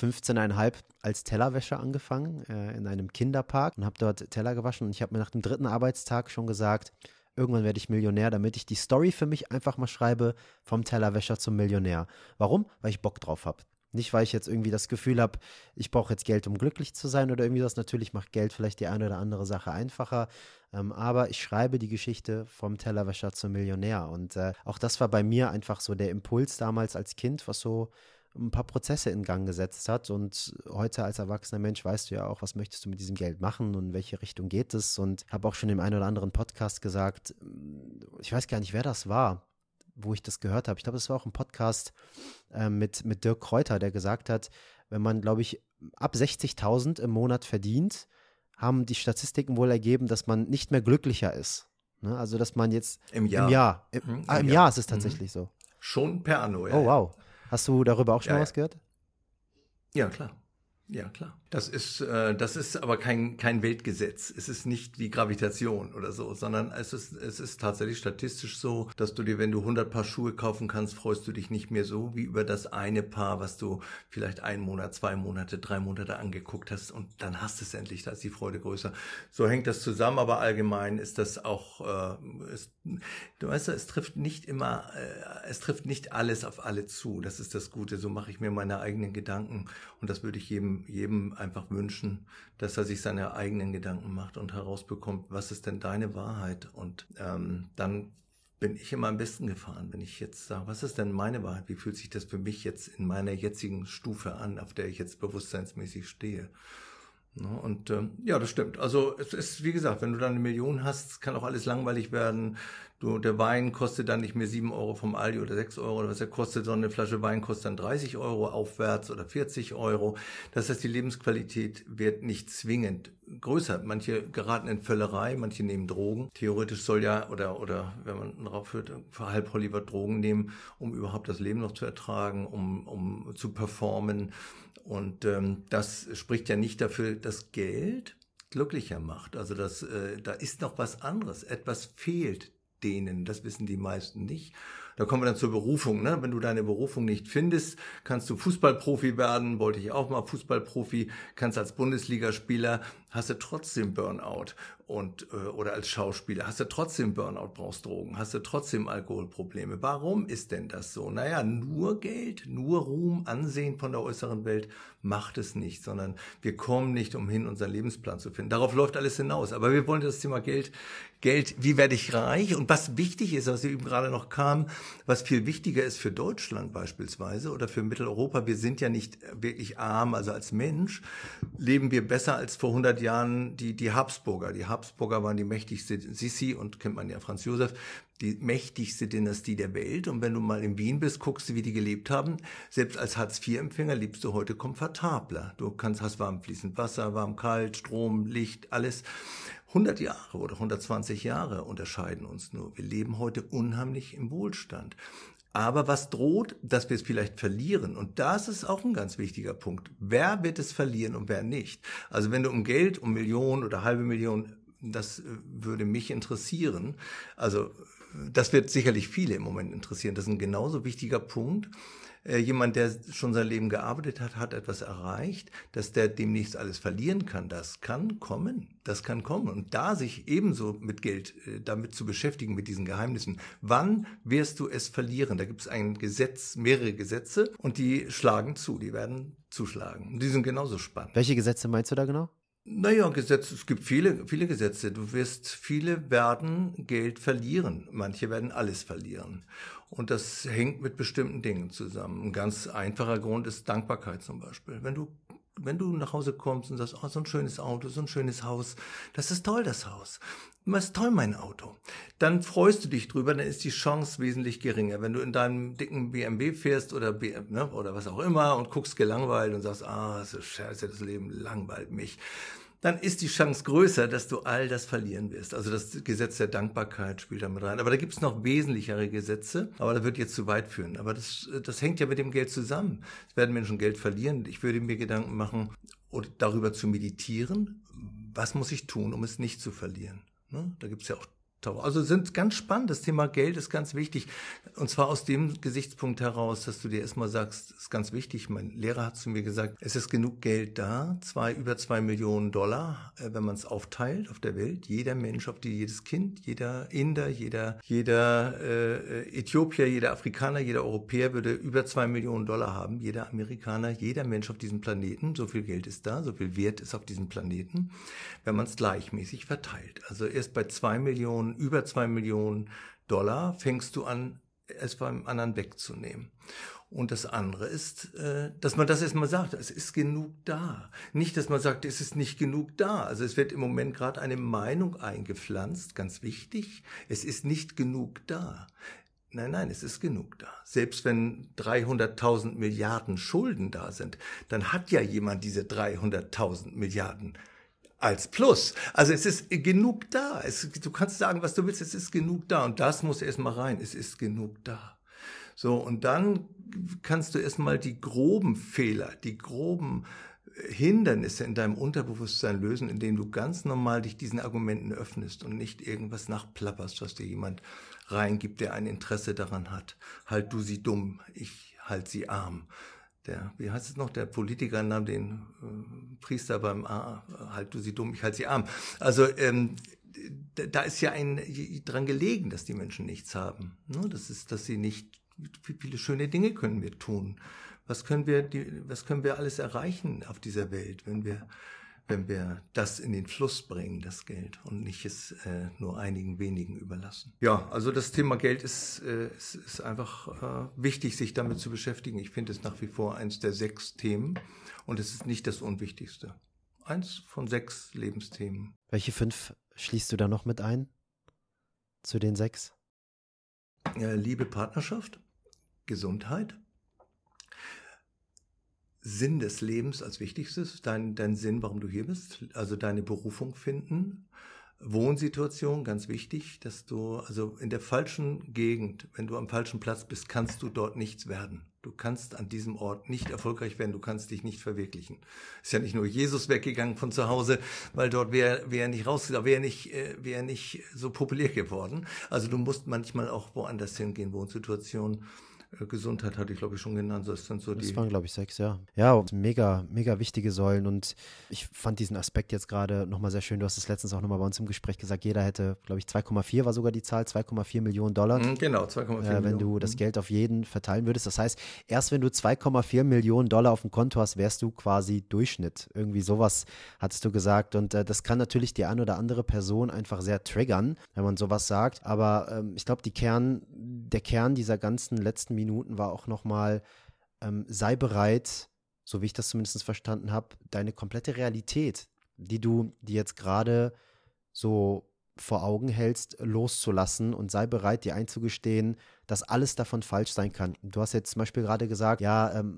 15,5 als Tellerwäscher angefangen in einem Kinderpark und habe dort Teller gewaschen und ich habe mir nach dem 3. Arbeitstag schon gesagt, irgendwann werde ich Millionär, damit ich die Story für mich einfach mal schreibe, vom Tellerwäscher zum Millionär. Warum? Weil ich Bock drauf habe. Nicht, weil ich jetzt irgendwie das Gefühl habe, ich brauche jetzt Geld, um glücklich zu sein oder irgendwie was. Natürlich macht Geld vielleicht die eine oder andere Sache einfacher. Aber ich schreibe die Geschichte vom Tellerwäscher zum Millionär. Und auch das war bei mir einfach so der Impuls damals als Kind, was so ein paar Prozesse in Gang gesetzt hat. Und heute als erwachsener Mensch weißt du ja auch, was möchtest du mit diesem Geld machen und in welche Richtung geht es. Und habe auch schon im einen oder anderen Podcast gesagt, ich weiß gar nicht, wer das war, wo ich das gehört habe. Ich glaube, das war auch ein Podcast mit Dirk Kräuter, der gesagt hat, wenn man, glaube ich, ab 60.000 im Monat verdient, haben die Statistiken wohl ergeben, dass man nicht mehr glücklicher ist. Ne? Also, dass man jetzt im Jahr im Jahr ist es tatsächlich so. Schon per Anno, ja. Oh, wow. Hast du darüber auch schon mal was gehört? Ja, klar. Ja, klar. Das ist aber kein Weltgesetz. Es ist nicht wie Gravitation oder so, sondern es ist tatsächlich statistisch so, dass du dir, wenn du 100 Paar Schuhe kaufen kannst, freust du dich nicht mehr so wie über das eine Paar, was du vielleicht 1 Monat, 2 Monate, 3 Monate angeguckt hast und dann hast du es endlich, da ist die Freude größer. So hängt das zusammen, aber allgemein ist das auch, du weißt ja, es trifft nicht nicht alles auf alle zu. Das ist das Gute. So mache ich mir meine eigenen Gedanken und das würde ich jedem einfach wünschen, dass er sich seine eigenen Gedanken macht und herausbekommt, was ist denn deine Wahrheit? Und dann bin ich immer am besten gefahren, wenn ich jetzt sage, was ist denn meine Wahrheit? Wie fühlt sich das für mich jetzt in meiner jetzigen Stufe an, auf der ich jetzt bewusstseinsmäßig stehe? Und ja, das stimmt. Also es ist, wie gesagt, wenn du dann 1 Million hast, kann auch alles langweilig werden. Der Wein kostet dann nicht mehr 7 Euro vom Aldi oder 6 Euro oder was er kostet, sondern eine Flasche Wein kostet dann 30 Euro aufwärts oder 40 Euro. Das heißt, die Lebensqualität wird nicht zwingend größer. Manche geraten in Völlerei, manche nehmen Drogen. Theoretisch soll ja, oder wenn man drauf hört, für halb Hollywood Drogen nehmen, um überhaupt das Leben noch zu ertragen, um zu performen. Und das spricht ja nicht dafür, dass Geld glücklicher macht. Also da ist noch was anderes. Etwas fehlt denen. Das wissen die meisten nicht. Da kommen wir dann zur Berufung. Ne? Wenn du deine Berufung nicht findest, kannst du Fußballprofi werden. Wollte ich auch mal Fußballprofi. Kannst als Bundesligaspieler, hast du trotzdem Burnout. Oder als Schauspieler hast du trotzdem Burnout, brauchst Drogen, hast du trotzdem Alkoholprobleme. Warum ist denn das so? Naja, nur Geld, nur Ruhm, Ansehen von der äußeren Welt macht es nicht, sondern wir kommen nicht umhin, unseren Lebensplan zu finden. Darauf läuft alles hinaus. Aber wir wollen das Thema Geld, wie werde ich reich? Und was wichtig ist, was eben gerade noch kam, was viel wichtiger ist für Deutschland beispielsweise oder für Mitteleuropa, wir sind ja nicht wirklich arm, also als Mensch leben wir besser als vor 100 Jahren die Habsburger. Die Habsburger waren die mächtigste, Sissi und kennt man ja, Franz Josef, die mächtigste Dynastie der Welt. Und wenn du mal in Wien bist, guckst du, wie die gelebt haben. Selbst als Hartz-IV-Empfänger lebst du heute komfortabler. Du hast warm fließend Wasser, warm, kalt, Strom, Licht, alles. 100 Jahre oder 120 Jahre unterscheiden uns nur. Wir leben heute unheimlich im Wohlstand. Aber was droht, dass wir es vielleicht verlieren? Und das ist auch ein ganz wichtiger Punkt. Wer wird es verlieren und wer nicht? Also wenn du um Geld, um Millionen oder halbe Million, das würde mich interessieren. Also das wird sicherlich viele im Moment interessieren. Das ist ein genauso wichtiger Punkt. Jemand, der schon sein Leben gearbeitet hat, hat etwas erreicht, dass der demnächst alles verlieren kann. Das kann kommen. Das kann kommen. Und da sich ebenso mit Geld damit zu beschäftigen, mit diesen Geheimnissen. Wann wirst du es verlieren? Da gibt es ein Gesetz, mehrere Gesetze und die schlagen zu. Die werden zuschlagen. Und die sind genauso spannend. Welche Gesetze meinst du da genau? Naja, Gesetze, es gibt viele Gesetze. Viele werden Geld verlieren. Manche werden alles verlieren. Und das hängt mit bestimmten Dingen zusammen. Ein ganz einfacher Grund ist Dankbarkeit zum Beispiel. Wenn du nach Hause kommst und sagst, oh, so ein schönes Auto, so ein schönes Haus, das ist toll, das Haus. Das ist toll, mein Auto. Dann freust du dich drüber, dann ist die Chance wesentlich geringer. Wenn du in deinem dicken BMW fährst oder was auch immer und guckst gelangweilt und sagst, das ist scheiße, das Leben langweilt mich, dann ist die Chance größer, dass du all das verlieren wirst. Also das Gesetz der Dankbarkeit spielt da mit rein. Aber da gibt es noch wesentlichere Gesetze, aber das wird jetzt zu weit führen. Aber das hängt ja mit dem Geld zusammen. Es werden Menschen Geld verlieren. Ich würde mir Gedanken machen, darüber zu meditieren. Was muss ich tun, um es nicht zu verlieren? Ne? Da gibt es ja auch also sind ganz spannend. Das Thema Geld ist ganz wichtig. Und zwar aus dem Gesichtspunkt heraus, dass du dir erstmal sagst, das ist ganz wichtig. Mein Lehrer hat zu mir gesagt, es ist genug Geld da, über 2 Millionen Dollar, wenn man es aufteilt auf der Welt. Jeder Mensch, jedes Kind, jeder Inder, jeder Äthiopier, jeder Afrikaner, jeder Europäer würde über 2 Millionen Dollar haben. Jeder Amerikaner, jeder Mensch auf diesem Planeten. So viel Geld ist da, so viel Wert ist auf diesem Planeten, wenn man es gleichmäßig verteilt. Also erst bei über 2 Millionen Dollar fängst du an, es beim anderen wegzunehmen. Und das andere ist, dass man das erstmal sagt, es ist genug da. Nicht, dass man sagt, es ist nicht genug da. Also es wird im Moment gerade eine Meinung eingepflanzt, ganz wichtig, es ist nicht genug da. Nein, es ist genug da. Selbst wenn 300.000 Milliarden Schulden da sind, dann hat ja jemand diese 300.000 Milliarden als Plus. Also es ist genug da. Du kannst sagen, was du willst, es ist genug da. Und das muss erstmal rein. Es ist genug da. So, und dann kannst du erstmal die groben Fehler, die groben Hindernisse in deinem Unterbewusstsein lösen, indem du ganz normal dich diesen Argumenten öffnest und nicht irgendwas nachplapperst, was dir jemand reingibt, der ein Interesse daran hat. Halt du sie dumm, ich halt sie arm. Wie heißt es noch, der Politiker nahm den Priester beim halt du sie dumm, ich halt sie arm. Also da ist ja dran gelegen, dass die Menschen nichts haben. Ne? Das ist, dass sie nicht, viele schöne Dinge können wir tun. Was können wir alles erreichen auf dieser Welt, wenn wir das in den Fluss bringen, das Geld, und nicht es nur einigen wenigen überlassen. Ja, also das Thema Geld ist einfach wichtig, sich damit zu beschäftigen. Ich finde es nach wie vor eins der 6 Themen und es ist nicht das Unwichtigste. 1 von 6 Lebensthemen. Welche 5 schließt du da noch mit ein zu den 6? Liebe, Partnerschaft, Gesundheit, Sinn des Lebens als Wichtigstes, dein Sinn, warum du hier bist, also deine Berufung finden, Wohnsituation, ganz wichtig, dass du, also in der falschen Gegend, wenn du am falschen Platz bist, kannst du dort nichts werden. Du kannst an diesem Ort nicht erfolgreich werden, du kannst dich nicht verwirklichen. Ist ja nicht nur Jesus weggegangen von zu Hause, weil dort wäre er nicht rausgegangen, wäre er nicht so populär geworden. Also du musst manchmal auch woanders hingehen, Wohnsituation. Gesundheit hatte ich, glaube ich, schon genannt. Das waren, glaube ich, 6, ja. Ja, mega, mega wichtige Säulen, und ich fand diesen Aspekt jetzt gerade nochmal sehr schön. Du hast es letztens auch nochmal bei uns im Gespräch gesagt, jeder hätte, glaube ich, 2,4 war sogar die Zahl, 2,4 Millionen Dollar. Genau, 2,4 Millionen. Wenn du das Geld auf jeden verteilen würdest. Das heißt, erst wenn du 2,4 Millionen Dollar auf dem Konto hast, wärst du quasi Durchschnitt. Irgendwie sowas hattest du gesagt, und das kann natürlich die eine oder andere Person einfach sehr triggern, wenn man sowas sagt. Aber ich glaube, der Kern dieser ganzen letzten Minuten war auch nochmal, sei bereit, so wie ich das zumindest verstanden habe, deine komplette Realität, die du dir jetzt gerade so vor Augen hältst, loszulassen, und sei bereit, dir einzugestehen, dass alles davon falsch sein kann. Du hast jetzt zum Beispiel gerade gesagt, ja,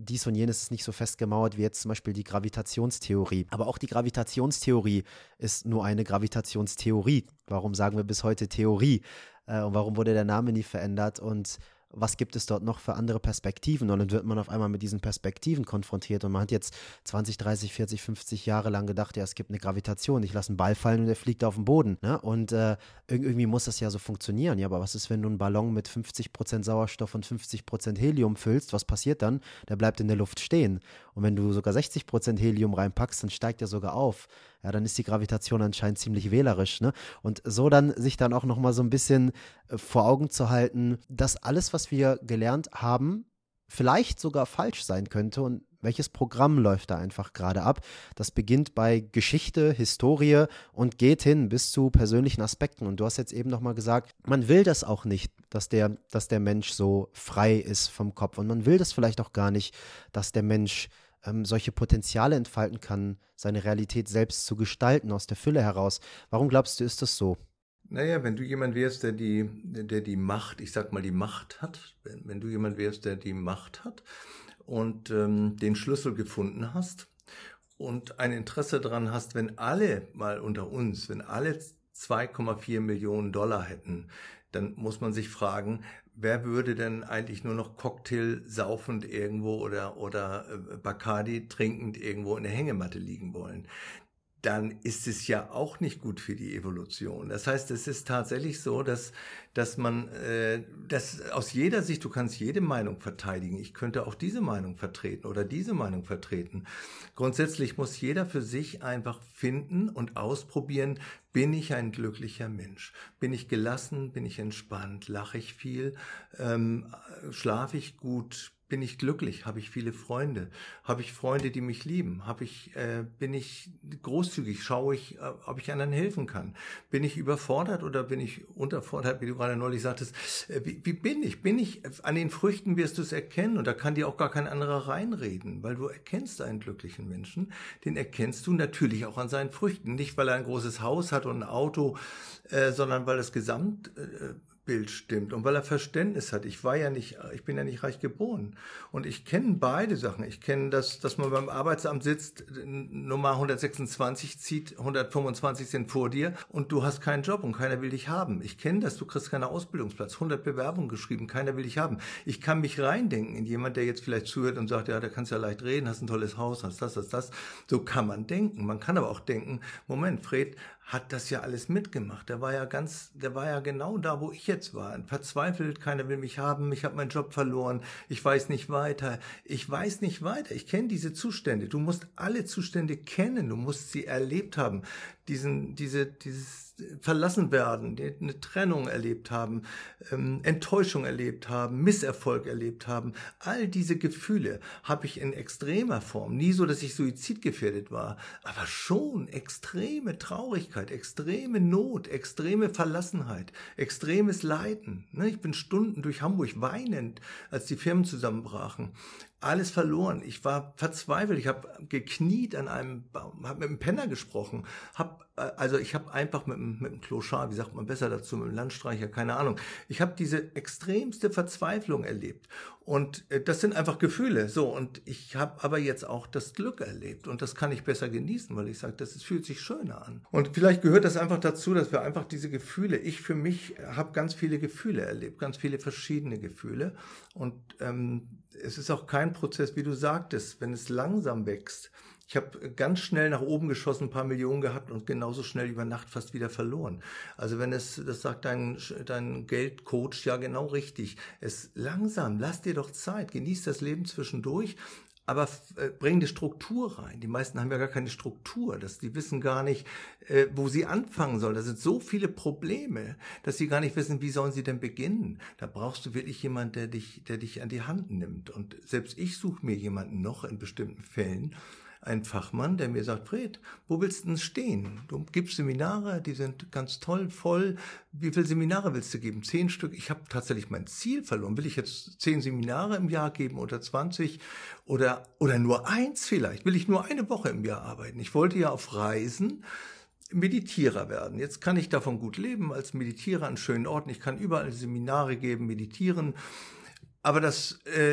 dies und jenes ist nicht so festgemauert wie jetzt zum Beispiel die Gravitationstheorie. Aber auch die Gravitationstheorie ist nur eine Gravitationstheorie. Warum sagen wir bis heute Theorie? Und warum wurde der Name nie verändert? Und was gibt es dort noch für andere Perspektiven? Und dann wird man auf einmal mit diesen Perspektiven konfrontiert und man hat jetzt 20, 30, 40, 50 Jahre lang gedacht, ja, es gibt eine Gravitation, ich lasse einen Ball fallen und der fliegt auf den Boden, ne? Und irgendwie muss das ja so funktionieren. Ja, aber was ist, wenn du einen Ballon mit 50% Sauerstoff und 50% Helium füllst? Was passiert dann? Der bleibt in der Luft stehen. Und wenn du sogar 60% Helium reinpackst, dann steigt er sogar auf. Ja, dann ist die Gravitation anscheinend ziemlich wählerisch, ne? Und so dann sich dann auch nochmal so ein bisschen vor Augen zu halten, dass alles, was wir gelernt haben, vielleicht sogar falsch sein könnte und welches Programm läuft da einfach gerade ab. Das beginnt bei Geschichte, Historie und geht hin bis zu persönlichen Aspekten. Und du hast jetzt eben nochmal gesagt, man will das auch nicht, dass der Mensch so frei ist vom Kopf. Und man will das vielleicht auch gar nicht, dass der Mensch solche Potenziale entfalten kann, seine Realität selbst zu gestalten, aus der Fülle heraus. Warum glaubst du, ist das so? Naja, wenn du jemand wärst, der die Macht, ich sag mal die Macht hat, wenn du jemand wärst, der die Macht hat und den Schlüssel gefunden hast und ein Interesse daran hast, wenn alle mal unter uns, wenn alle 2,4 Millionen Dollar hätten, dann muss man sich fragen, wer würde denn eigentlich nur noch Cocktail saufend irgendwo oder Bacardi trinkend irgendwo in der Hängematte liegen wollen? Dann ist es ja auch nicht gut für die Evolution. Das heißt, es ist tatsächlich so, dass man dass aus jeder Sicht, du kannst jede Meinung verteidigen. Ich könnte auch diese Meinung vertreten oder diese Meinung vertreten. Grundsätzlich muss jeder für sich einfach finden und ausprobieren, bin ich ein glücklicher Mensch? Bin ich gelassen? Bin ich entspannt? Lache ich viel? Schlafe ich gut? Bin ich glücklich? Habe ich viele Freunde? Habe ich Freunde, die mich lieben? Bin ich großzügig? Schaue ich, ob ich anderen helfen kann? Bin ich überfordert oder bin ich unterfordert, wie du gerade neulich sagtest? Wie bin ich? An den Früchten wirst du es erkennen und da kann dir auch gar kein anderer reinreden, weil du erkennst einen glücklichen Menschen. Den erkennst du natürlich auch an seinen Früchten. Nicht, weil er ein großes Haus hat und ein Auto, sondern weil das Gesamtbild stimmt und weil er Verständnis hat. Ich bin ja nicht reich geboren und ich kenne beide Sachen. Ich kenne dass man beim Arbeitsamt sitzt, Nummer 126 zieht, 125 sind vor dir und du hast keinen Job und keiner will dich haben. Ich kenne das, du kriegst keinen Ausbildungsplatz, 100 Bewerbungen geschrieben, keiner will dich haben. Ich kann mich reindenken in jemand, der jetzt vielleicht zuhört und sagt, ja, da kannst du ja leicht reden, hast ein tolles Haus, hast das. So kann man denken. Man kann aber auch denken, Moment, Fred hat das ja alles mitgemacht. Der war ja genau da, wo ich jetzt war. Verzweifelt, keiner will mich haben, ich habe meinen Job verloren, ich weiß nicht weiter. Ich kenne diese Zustände. Du musst alle Zustände kennen, du musst sie erlebt haben. Dieses Verlassenwerden, eine Trennung erlebt haben, Enttäuschung erlebt haben, Misserfolg erlebt haben. All diese Gefühle habe ich in extremer Form. Nie so, dass ich suizidgefährdet war, aber schon extreme Traurigkeit, extreme Not, extreme Verlassenheit, extremes Leiden. Ich bin Stunden durch Hamburg weinend, als die Firmen zusammenbrachen. Alles verloren. Ich war verzweifelt. Ich habe gekniet an einem Baum, habe mit einem Penner gesprochen. Ich habe einfach mit einem Clochard, wie sagt man besser dazu, mit einem Landstreicher, keine Ahnung. Ich habe diese extremste Verzweiflung erlebt. Und das sind einfach Gefühle. So, und ich habe aber jetzt auch das Glück erlebt. Und das kann ich besser genießen, weil ich sage, fühlt sich schöner an. Und vielleicht gehört das einfach dazu, dass wir einfach diese Gefühle, ich für mich habe ganz viele Gefühle erlebt, ganz viele verschiedene Gefühle. Und es ist auch kein Prozess, wie du sagtest, wenn es langsam wächst. Ich habe ganz schnell nach oben geschossen, ein paar Millionen gehabt und genauso schnell über Nacht fast wieder verloren. Also das sagt dein Geldcoach ja genau richtig. Es langsam, lass dir doch Zeit, genieß das Leben zwischendurch, aber bring die Struktur rein. Die meisten haben ja gar keine Struktur, die wissen gar nicht, wo sie anfangen sollen. Da sind so viele Probleme, dass sie gar nicht wissen, wie sollen sie denn beginnen. Da brauchst du wirklich jemanden, der dich an die Hand nimmt. Und selbst ich suche mir jemanden noch in bestimmten Fällen, ein Fachmann, der mir sagt, Fred, wo willst du denn stehen? Du gibst Seminare, die sind ganz toll, voll. Wie viele Seminare willst du geben? 10 Stück. Ich habe tatsächlich mein Ziel verloren. Will ich jetzt 10 Seminare im Jahr geben oder 20 oder nur 1 vielleicht? Will ich nur eine Woche im Jahr arbeiten? Ich wollte ja auf Reisen Meditierer werden. Jetzt kann ich davon gut leben als Meditierer an schönen Orten. Ich kann überall Seminare geben, meditieren. Aber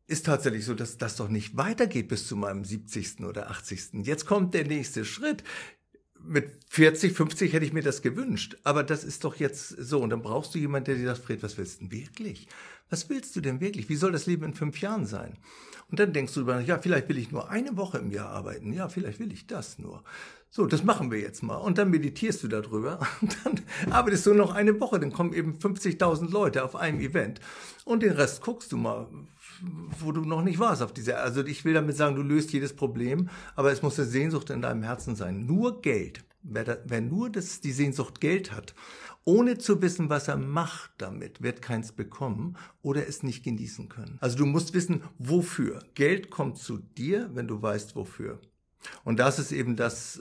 ist tatsächlich so, dass das doch nicht weitergeht bis zu meinem 70. oder 80. Jetzt kommt der nächste Schritt. Mit 40, 50 hätte ich mir das gewünscht. Aber das ist doch jetzt so. Und dann brauchst du jemanden, der dir sagt, Fred, was willst du denn wirklich? Was willst du denn wirklich? Wie soll das Leben in 5 Jahren sein? Und dann denkst du über, ja, vielleicht will ich nur eine Woche im Jahr arbeiten. Ja, vielleicht will ich das nur. So, das machen wir jetzt mal. Und dann meditierst du darüber. Und dann arbeitest du noch eine Woche. Dann kommen eben 50.000 Leute auf einem Event. Und den Rest guckst du mal, wo du noch nicht warst auf dieser. Also ich will damit sagen, du löst jedes Problem, aber es muss eine Sehnsucht in deinem Herzen sein. Nur Geld. Wer nur die Sehnsucht Geld hat, ohne zu wissen, was er macht damit, wird keins bekommen oder es nicht genießen können. Also du musst wissen, wofür. Geld kommt zu dir, wenn du weißt, wofür. Und das ist eben das,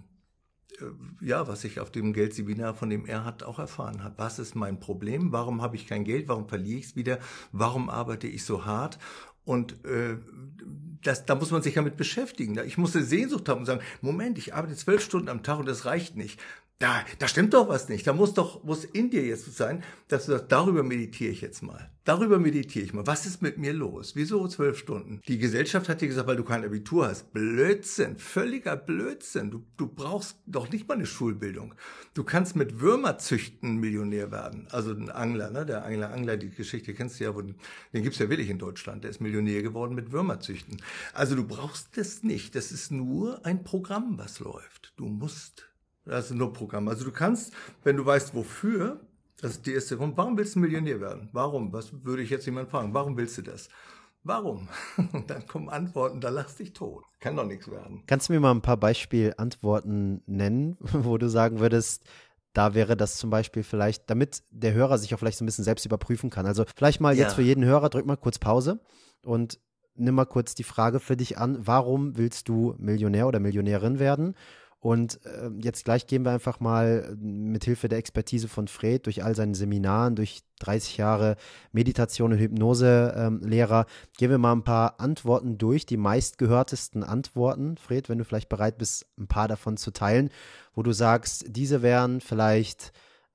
was ich auf dem Geldseminar von dem Erhard auch erfahren habe. Was ist mein Problem? Warum habe ich kein Geld? Warum verliere ich es wieder? Warum arbeite ich so hart? Und da muss man sich damit beschäftigen. Ich muss eine Sehnsucht haben und sagen, Moment, ich arbeite 12 Stunden am Tag und das reicht nicht. Da stimmt doch was nicht. Da muss in dir jetzt sein, dass du sagst, darüber meditiere ich jetzt mal. Darüber meditiere ich mal. Was ist mit mir los? Wieso 12 Stunden? Die Gesellschaft hat dir gesagt, weil du kein Abitur hast. Blödsinn, völliger Blödsinn. Du brauchst doch nicht mal eine Schulbildung. Du kannst mit Würmerzüchten Millionär werden. Also ein Angler, ne? Der Angler, die Geschichte kennst du ja, den gibt's ja wirklich in Deutschland. Der ist Millionär geworden mit Würmerzüchten. Also du brauchst das nicht. Das ist nur ein Programm, was läuft. Das ist nur Programm. Also du kannst, wenn du weißt, wofür, das ist die erste Frage, warum willst du Millionär werden? Warum? Was würde ich jetzt jemand fragen? Warum willst du das? Warum? Und dann kommen Antworten, da lachst dich tot. Kann doch nichts werden. Kannst du mir mal ein paar Beispielantworten nennen, wo du sagen würdest, da wäre das zum Beispiel vielleicht, damit der Hörer sich auch vielleicht so ein bisschen selbst überprüfen kann. Also vielleicht mal jetzt für jeden Hörer, drück mal kurz Pause und nimm mal kurz die Frage für dich an, warum willst du Millionär oder Millionärin werden? Und jetzt gleich gehen wir einfach mal mit Hilfe der Expertise von Fred durch all seinen Seminaren, durch 30 Jahre Meditation und Hypnose-Lehrer, gehen wir mal ein paar Antworten durch, die meistgehörtesten Antworten. Fred, wenn du vielleicht bereit bist, ein paar davon zu teilen, wo du sagst, diese wären vielleicht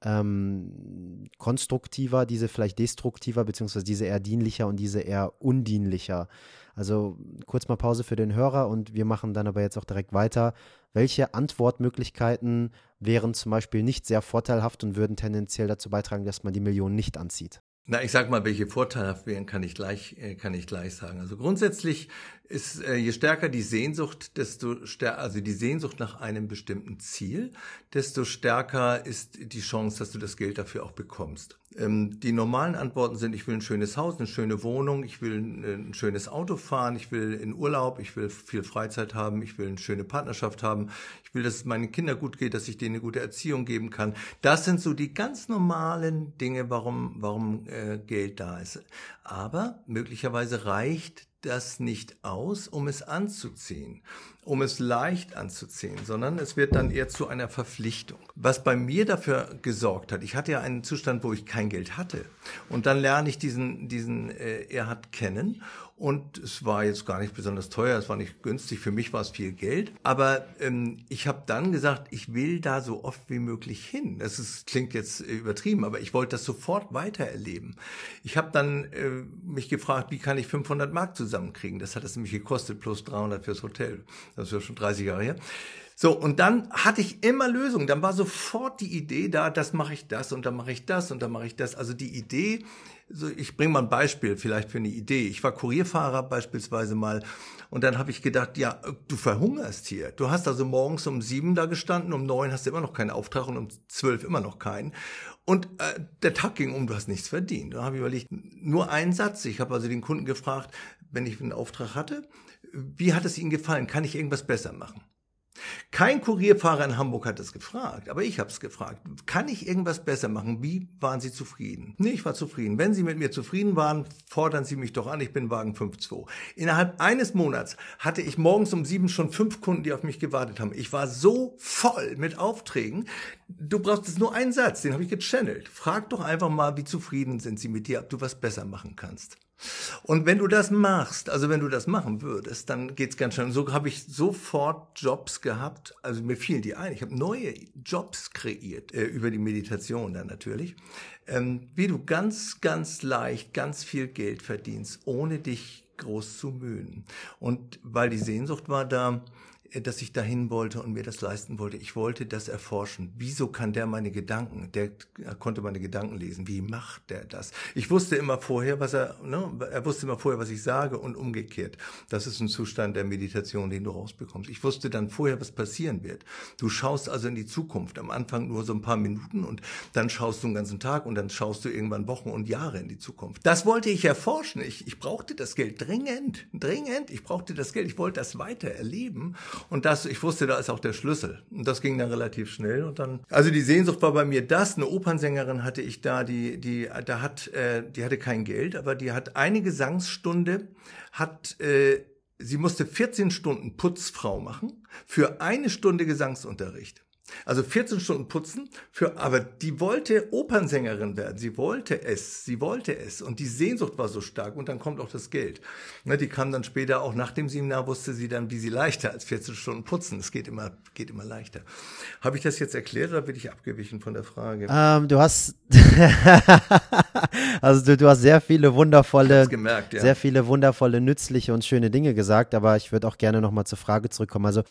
konstruktiver, diese vielleicht destruktiver, beziehungsweise diese eher dienlicher und diese eher undienlicher. Also kurz mal Pause für den Hörer und wir machen dann aber jetzt auch direkt weiter. Welche Antwortmöglichkeiten wären zum Beispiel nicht sehr vorteilhaft und würden tendenziell dazu beitragen, dass man die Millionen nicht anzieht? Na, ich sag mal, welche vorteilhaft wären, kann ich gleich sagen. Also grundsätzlich ist, je stärker die Sehnsucht, also die Sehnsucht nach einem bestimmten Ziel, desto stärker ist die Chance, dass du das Geld dafür auch bekommst. Die normalen Antworten sind, ich will ein schönes Haus, eine schöne Wohnung, ich will ein schönes Auto fahren, ich will in Urlaub, ich will viel Freizeit haben, ich will eine schöne Partnerschaft haben, ich will, dass es meinen Kindern gut geht, dass ich denen eine gute Erziehung geben kann. Das sind so die ganz normalen Dinge, warum Geld da ist. Aber möglicherweise reicht das nicht aus, um es anzuziehen, um es leicht anzuziehen, sondern es wird dann eher zu einer Verpflichtung. Was bei mir dafür gesorgt hat, ich hatte ja einen Zustand, wo ich kein Geld hatte. Und dann lerne ich diesen Erhard kennen. Und es war jetzt gar nicht besonders teuer, es war nicht günstig, für mich war es viel Geld. Aber ich habe dann gesagt, ich will da so oft wie möglich hin. Klingt jetzt übertrieben, aber ich wollte das sofort weitererleben. Ich habe dann mich gefragt, wie kann ich 500 Mark zusammenkriegen? Das hat es nämlich gekostet, plus 300 fürs Hotel. Das ist ja schon 30 Jahre her. So, und dann hatte ich immer Lösungen. Dann war sofort die Idee da, das mache ich das und dann mache ich das und dann mache ich das. Also die Idee, so ich bringe mal ein Beispiel vielleicht für eine Idee. Ich war Kurierfahrer beispielsweise mal und dann habe ich gedacht, ja, du verhungerst hier. Du hast also morgens um 7 da gestanden, um 9 hast du immer noch keinen Auftrag und um 12 immer noch keinen. Und der Tag ging um, du hast nichts verdient. Da habe ich überlegt, nur einen Satz. Ich habe also den Kunden gefragt, wenn ich einen Auftrag hatte, wie hat es Ihnen gefallen? Kann ich irgendwas besser machen? Kein Kurierfahrer in Hamburg hat das gefragt, aber ich habe es gefragt. Kann ich irgendwas besser machen? Wie waren Sie zufrieden? Nee, ich war zufrieden. Wenn Sie mit mir zufrieden waren, fordern Sie mich doch an. Ich bin Wagen 5.2. Innerhalb eines Monats hatte ich morgens um 7 schon 5 Kunden, die auf mich gewartet haben. Ich war so voll mit Aufträgen. Du brauchst jetzt nur einen Satz, den habe ich gechannelt. Frag doch einfach mal, wie zufrieden sind Sie mit dir, ob du was besser machen kannst. Und wenn du das machst, also wenn du das machen würdest, dann geht's ganz schnell. Und so habe ich sofort Jobs gehabt, also mir fielen die ein. Ich habe neue Jobs kreiert, über die Meditation dann natürlich, wie du ganz, ganz leicht ganz viel Geld verdienst, ohne dich groß zu mühen. Und weil die Sehnsucht war da, dass ich dahin wollte und mir das leisten wollte. Ich wollte das erforschen. Wieso kann der meine Gedanken? Der konnte meine Gedanken lesen. Wie macht der das? Ich wusste immer vorher, er wusste immer vorher, was ich sage und umgekehrt. Das ist ein Zustand der Meditation, den du rausbekommst. Ich wusste dann vorher, was passieren wird. Du schaust also in die Zukunft. Am Anfang nur so ein paar Minuten und dann schaust du einen ganzen Tag und dann schaust du irgendwann Wochen und Jahre in die Zukunft. Das wollte ich erforschen. Ich brauchte das Geld dringend. Ich brauchte das Geld. Ich wollte das weiter erleben. Und ich wusste, da ist auch der Schlüssel. Und das ging dann relativ schnell. Und dann, also die Sehnsucht war bei mir das. Eine Opernsängerin hatte ich da, die hatte kein Geld, aber die hat eine Gesangsstunde, sie musste 14 Stunden Putzfrau machen für eine Stunde Gesangsunterricht. Also 14 Stunden putzen, aber die wollte Opernsängerin werden. Sie wollte es. Und die Sehnsucht war so stark und dann kommt auch das Geld. Ne, die kam dann später auch nach dem Seminar, wusste sie dann, wie sie leichter als 14 Stunden putzen. Es geht immer leichter. Habe ich das jetzt erklärt oder bin ich abgewichen von der Frage? Du hast, also du hast sehr viele wundervolle, sehr viele wundervolle, nützliche und schöne Dinge gesagt, aber ich würde auch gerne nochmal zur Frage zurückkommen. Also,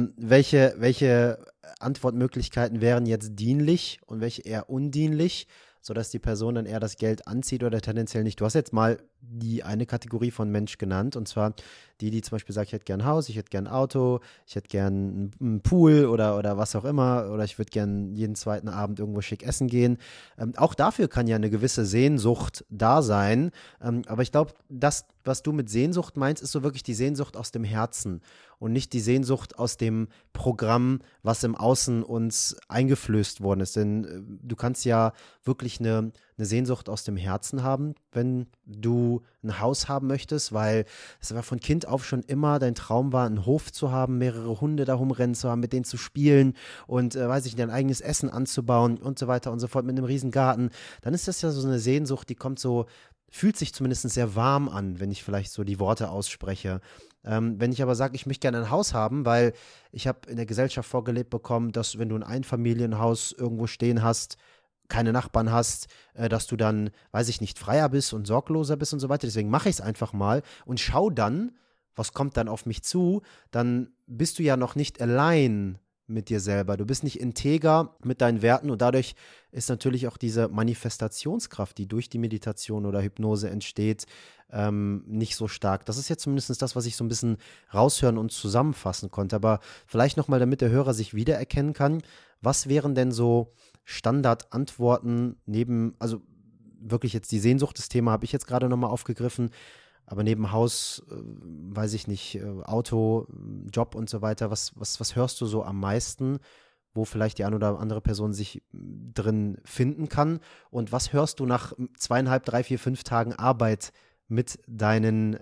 welche Antwortmöglichkeiten wären jetzt dienlich und welche eher undienlich, sodass die Person dann eher das Geld anzieht oder tendenziell nicht. Du hast jetzt mal die eine Kategorie von Mensch genannt, und zwar die zum Beispiel sagt, ich hätte gern ein Haus, ich hätte gern ein Auto, ich hätte gern einen Pool oder was auch immer, oder ich würde gern jeden zweiten Abend irgendwo schick essen gehen. Auch dafür kann ja eine gewisse Sehnsucht da sein, aber ich glaube, das, was du mit Sehnsucht meinst, ist so wirklich die Sehnsucht aus dem Herzen und nicht die Sehnsucht aus dem Programm, was im Außen uns eingeflößt worden ist. Denn du kannst ja wirklich eine Sehnsucht aus dem Herzen haben, wenn du ein Haus haben möchtest, weil es war von Kind auf schon immer dein Traum war, einen Hof zu haben, mehrere Hunde da rumrennen zu haben, mit denen zu spielen und, weiß ich nicht, dein eigenes Essen anzubauen und so weiter und so fort mit einem riesen Garten. Dann ist das ja so eine Sehnsucht, die kommt so, fühlt sich zumindest sehr warm an, wenn ich vielleicht so die Worte ausspreche. Wenn ich aber sage, ich möchte gerne ein Haus haben, weil ich habe in der Gesellschaft vorgelebt bekommen, dass wenn du ein Einfamilienhaus irgendwo stehen hast, keine Nachbarn hast, dass du dann, weiß ich nicht, freier bist und sorgloser bist und so weiter. Deswegen mache ich es einfach mal und schau dann, was kommt dann auf mich zu. Dann bist du ja noch nicht allein mit dir selber. Du bist nicht integer mit deinen Werten und dadurch ist natürlich auch diese Manifestationskraft, die durch die Meditation oder Hypnose entsteht, nicht so stark. Das ist jetzt zumindest das, was ich so ein bisschen raushören und zusammenfassen konnte. Aber vielleicht nochmal, damit der Hörer sich wiedererkennen kann, was wären denn so Standardantworten also wirklich jetzt die Sehnsucht, das Thema habe ich jetzt gerade nochmal aufgegriffen, aber neben Haus, weiß ich nicht, Auto, Job und so weiter, was hörst du so am meisten, wo vielleicht die eine oder andere Person sich drin finden kann? Und was hörst du nach 2,5, 3, 4, 5 Tagen Arbeit mit deinen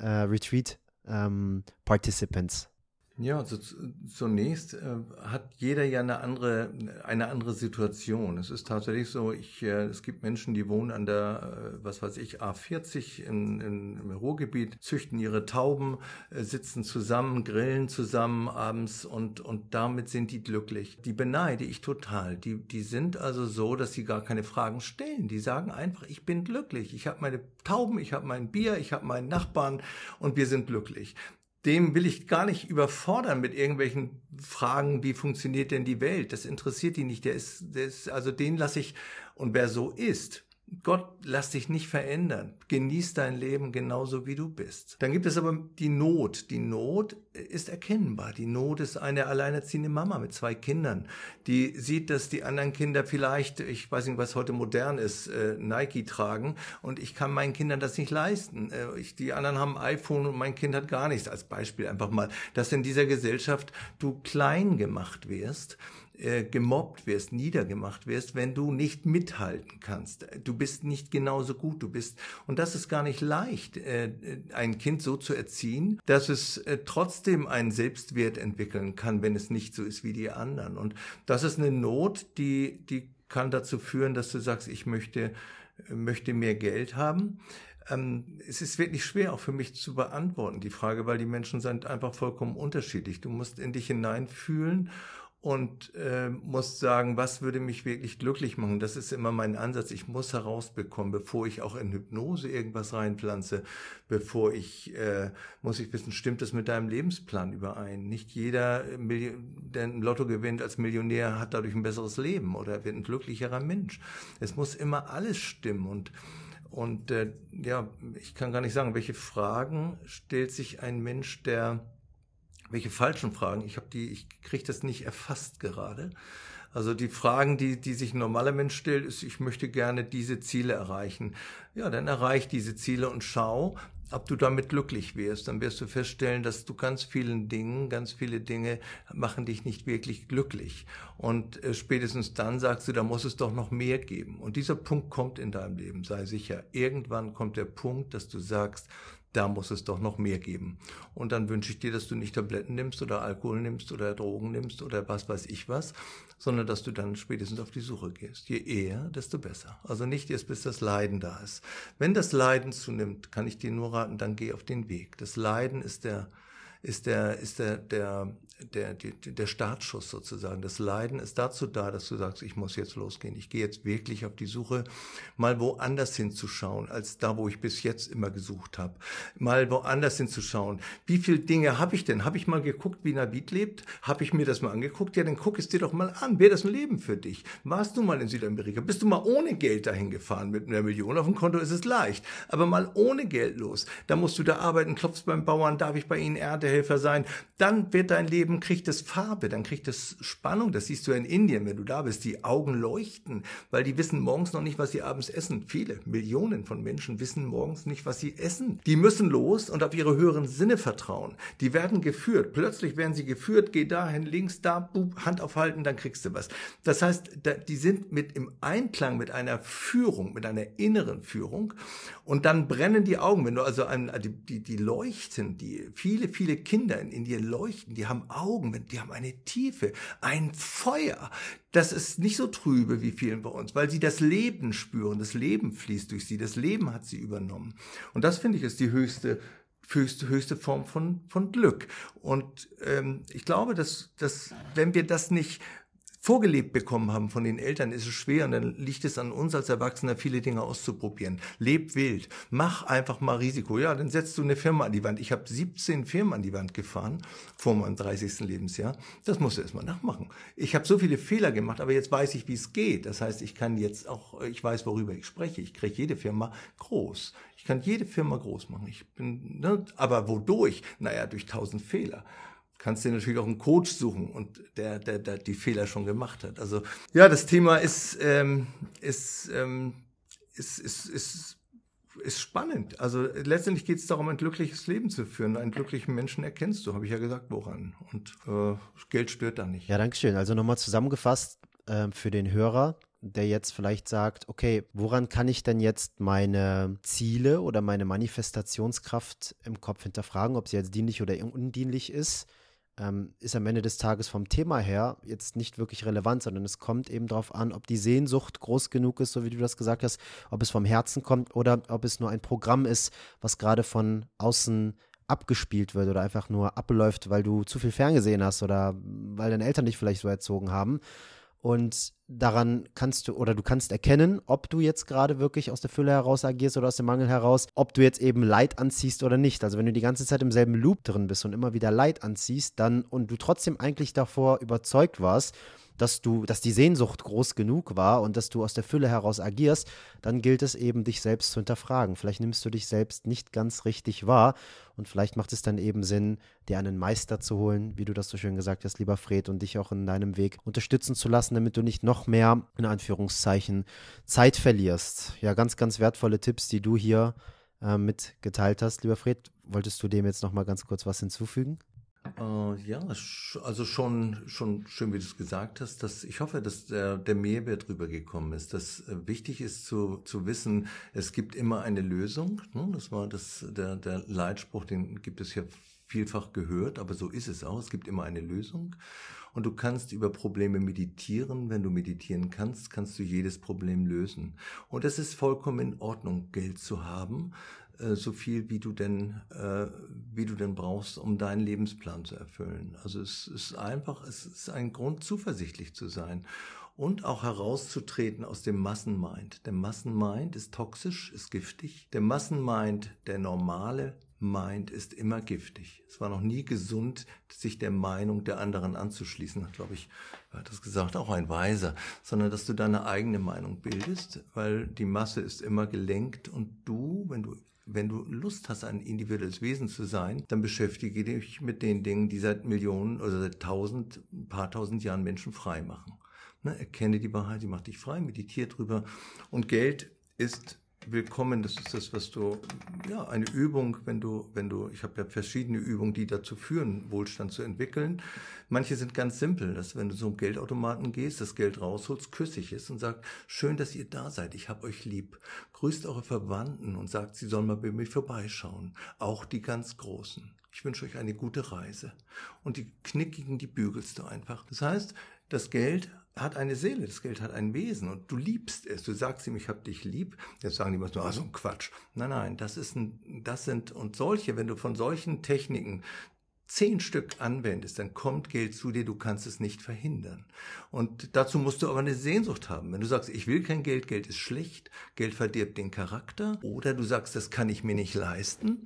Retreat-Participants? Ja, also zunächst hat jeder ja eine andere Situation. Es ist tatsächlich so, es gibt Menschen, die wohnen an der, A40 im Ruhrgebiet, züchten ihre Tauben, sitzen zusammen, grillen zusammen abends und damit sind die glücklich. Die beneide ich total. Die sind also so, dass sie gar keine Fragen stellen. Die sagen einfach, ich bin glücklich. Ich habe meine Tauben, ich habe mein Bier, ich habe meinen Nachbarn und wir sind glücklich. Dem will ich gar nicht überfordern mit irgendwelchen Fragen, wie funktioniert denn die Welt? Das interessiert die nicht. Also den lasse ich, und wer so ist, Gott, lass dich nicht verändern. Genieß dein Leben genauso, wie du bist. Dann gibt es aber die Not. Die Not ist erkennbar. Die Not ist eine alleinerziehende Mama mit 2 Kindern. Die sieht, dass die anderen Kinder vielleicht, ich weiß nicht, was heute modern ist, Nike tragen und ich kann meinen Kindern das nicht leisten. Die anderen haben ein iPhone und mein Kind hat gar nichts. Als Beispiel einfach mal, dass in dieser Gesellschaft du klein gemacht wirst, gemobbt wirst, niedergemacht wirst, wenn du nicht mithalten kannst. Du bist nicht genauso gut, und das ist gar nicht leicht, ein Kind so zu erziehen, dass es trotzdem einen Selbstwert entwickeln kann, wenn es nicht so ist wie die anderen. Und das ist eine Not, die kann dazu führen, dass du sagst, ich möchte mehr Geld haben. Es ist wirklich schwer auch für mich zu beantworten, die Frage, weil die Menschen sind einfach vollkommen unterschiedlich. Du musst in dich hineinfühlen und muss sagen, was würde mich wirklich glücklich machen. Das ist immer mein Ansatz. Ich muss herausbekommen, bevor ich auch in Hypnose irgendwas reinpflanze, muss ich wissen, stimmt das mit deinem Lebensplan überein? Nicht jeder, der ein Lotto gewinnt als Millionär, hat dadurch ein besseres Leben oder wird ein glücklicherer Mensch. Es muss immer alles stimmen und ich kann gar nicht sagen, welche Fragen stellt sich ein Mensch, welche falschen Fragen? Ich kriege das nicht erfasst gerade. Also die Fragen, die sich ein normaler Mensch stellt, ist, ich möchte gerne diese Ziele erreichen. Ja, dann erreich diese Ziele und schau, ob du damit glücklich wirst. Dann wirst du feststellen, dass du ganz viele Dinge machen dich nicht wirklich glücklich. Und spätestens dann sagst du, da muss es doch noch mehr geben. Und dieser Punkt kommt in deinem Leben, sei sicher. Irgendwann kommt der Punkt, dass du sagst, da muss es doch noch mehr geben. Und dann wünsche ich dir, dass du nicht Tabletten nimmst oder Alkohol nimmst oder Drogen nimmst oder was weiß ich was, sondern dass du dann spätestens auf die Suche gehst. Je eher, desto besser. Also nicht erst, bis das Leiden da ist. Wenn das Leiden zunimmt, kann ich dir nur raten, dann geh auf den Weg. Das Leiden ist der Startschuss sozusagen. Das Leiden ist dazu da, dass du sagst, ich muss jetzt losgehen. Ich gehe jetzt wirklich auf die Suche, mal woanders hinzuschauen, als da, wo ich bis jetzt immer gesucht habe. Mal woanders hinzuschauen. Wie viele Dinge habe ich denn? Habe ich mal geguckt, wie Navid lebt? Habe ich mir das mal angeguckt? Ja, dann guck es dir doch mal an. Wäre das ein Leben für dich? Warst du mal in Südamerika? Bist du mal ohne Geld dahin gefahren? Mit 1 Million auf dem Konto ist es leicht. Aber mal ohne Geld los. Da musst du da arbeiten, klopfst beim Bauern, darf ich bei ihnen Erntehelfer sein? Dann wird dein Leben, kriegt es Farbe, dann kriegt es Spannung. Das siehst du ja in Indien, wenn du da bist. Die Augen leuchten, weil die wissen morgens noch nicht, was sie abends essen. Viele, Millionen von Menschen wissen morgens nicht, was sie essen. Die müssen los und auf ihre höheren Sinne vertrauen. Die werden geführt. Plötzlich werden sie geführt, geh dahin, links, da, bub, Hand aufhalten, dann kriegst du was. Das heißt, die sind im Einklang mit einer Führung, mit einer inneren Führung und dann brennen die Augen. Wenn du also die leuchten, viele Kinder in Indien leuchten, die haben Augen, die haben eine Tiefe, ein Feuer. Das ist nicht so trübe wie vielen bei uns, weil sie das Leben spüren. Das Leben fließt durch sie, das Leben hat sie übernommen. Und das, finde ich, ist die höchste Form von Glück. Und ich glaube, dass wenn wir das nicht vorgelebt bekommen haben von den Eltern, ist es schwer und dann liegt es an uns als Erwachsener, viele Dinge auszuprobieren. Leb wild, mach einfach mal Risiko. Ja, dann setzt du eine Firma an die Wand. Ich habe 17 Firmen an die Wand gefahren vor meinem 30. Lebensjahr. Das musst du erst mal nachmachen. Ich habe so viele Fehler gemacht, aber jetzt weiß ich, wie es geht. Das heißt, ich weiß, worüber ich spreche. Ich kriege jede Firma groß. Ich kann jede Firma groß machen. Aber wodurch? Naja, durch 1000 Fehler. Kannst dir natürlich auch einen Coach suchen und der die Fehler schon gemacht hat. Also ja, das Thema ist spannend. Also letztendlich geht es darum, ein glückliches Leben zu führen. Einen glücklichen Menschen erkennst du, habe ich ja gesagt, woran. Und Geld stört da nicht. Ja, danke schön. Also nochmal zusammengefasst für den Hörer, der jetzt vielleicht sagt, okay, woran kann ich denn jetzt meine Ziele oder meine Manifestationskraft im Kopf hinterfragen, ob sie jetzt dienlich oder undienlich ist am Ende des Tages vom Thema her jetzt nicht wirklich relevant, sondern es kommt eben darauf an, ob die Sehnsucht groß genug ist, so wie du das gesagt hast, ob es vom Herzen kommt oder ob es nur ein Programm ist, was gerade von außen abgespielt wird oder einfach nur abläuft, weil du zu viel ferngesehen hast oder weil deine Eltern dich vielleicht so erzogen haben. Und daran du kannst erkennen, ob du jetzt gerade wirklich aus der Fülle heraus agierst oder aus dem Mangel heraus, ob du jetzt eben Leid anziehst oder nicht. Also wenn du die ganze Zeit im selben Loop drin bist und immer wieder Leid anziehst, und du trotzdem eigentlich davor überzeugt warst, dass die Sehnsucht groß genug war und dass du aus der Fülle heraus agierst, dann gilt es eben, dich selbst zu hinterfragen. Vielleicht nimmst du dich selbst nicht ganz richtig wahr und vielleicht macht es dann eben Sinn, dir einen Meister zu holen, wie du das so schön gesagt hast, lieber Fred, und dich auch in deinem Weg unterstützen zu lassen, damit du nicht noch mehr, in Anführungszeichen, Zeit verlierst. Ja, ganz, ganz wertvolle Tipps, die du hier mitgeteilt hast, lieber Fred. Wolltest du dem jetzt noch mal ganz kurz was hinzufügen? Ja, also schon schön, wie du es gesagt hast. Ich hoffe, dass der Mehrwert rübergekommen ist. Dass wichtig ist zu wissen, es gibt immer eine Lösung. Ne? Das war der Leitspruch, den gibt es ja vielfach gehört, aber so ist es auch. Es gibt immer eine Lösung. Und du kannst über Probleme meditieren. Wenn du meditieren kannst, kannst du jedes Problem lösen. Und es ist vollkommen in Ordnung, Geld zu haben. so viel, wie du denn brauchst, um deinen Lebensplan zu erfüllen. Also es ist ein Grund, zuversichtlich zu sein und auch herauszutreten aus dem Massenmind. Der Massenmind ist toxisch, ist giftig. Der Massenmind, der normale Mind ist immer giftig. Es war noch nie gesund, sich der Meinung der anderen anzuschließen, hat, glaube ich, wer hat das gesagt, auch ein Weiser, sondern dass du deine eigene Meinung bildest, weil die Masse ist immer gelenkt und du, wenn du Lust hast, ein individuelles Wesen zu sein, dann beschäftige dich mit den Dingen, die seit Millionen oder seit ein paar tausend Jahren Menschen frei machen. Ne, erkenne die Wahrheit, die macht dich frei, meditiere drüber. Und Geld ist willkommen, das ist das, was du, ja, eine Übung, ich habe ja verschiedene Übungen, die dazu führen, Wohlstand zu entwickeln. Manche sind ganz simpel, dass wenn du zum Geldautomaten gehst, das Geld rausholst, küssig ist und sagst, schön, dass ihr da seid, ich hab euch lieb. Grüßt eure Verwandten und sagt, sie sollen mal bei mir vorbeischauen, auch die ganz Großen. Ich wünsche euch eine gute Reise. Und die Knickigen, die bügelst du einfach. Das heißt, das Geld hat eine Seele, das Geld hat ein Wesen und du liebst es. Du sagst ihm, ich hab dich lieb. Jetzt sagen die immer so, so ein Quatsch. Nein, wenn du von solchen Techniken 10 Stück anwendest, dann kommt Geld zu dir, du kannst es nicht verhindern. Und dazu musst du aber eine Sehnsucht haben. Wenn du sagst, ich will kein Geld, Geld ist schlecht, Geld verdirbt den Charakter, oder du sagst, das kann ich mir nicht leisten,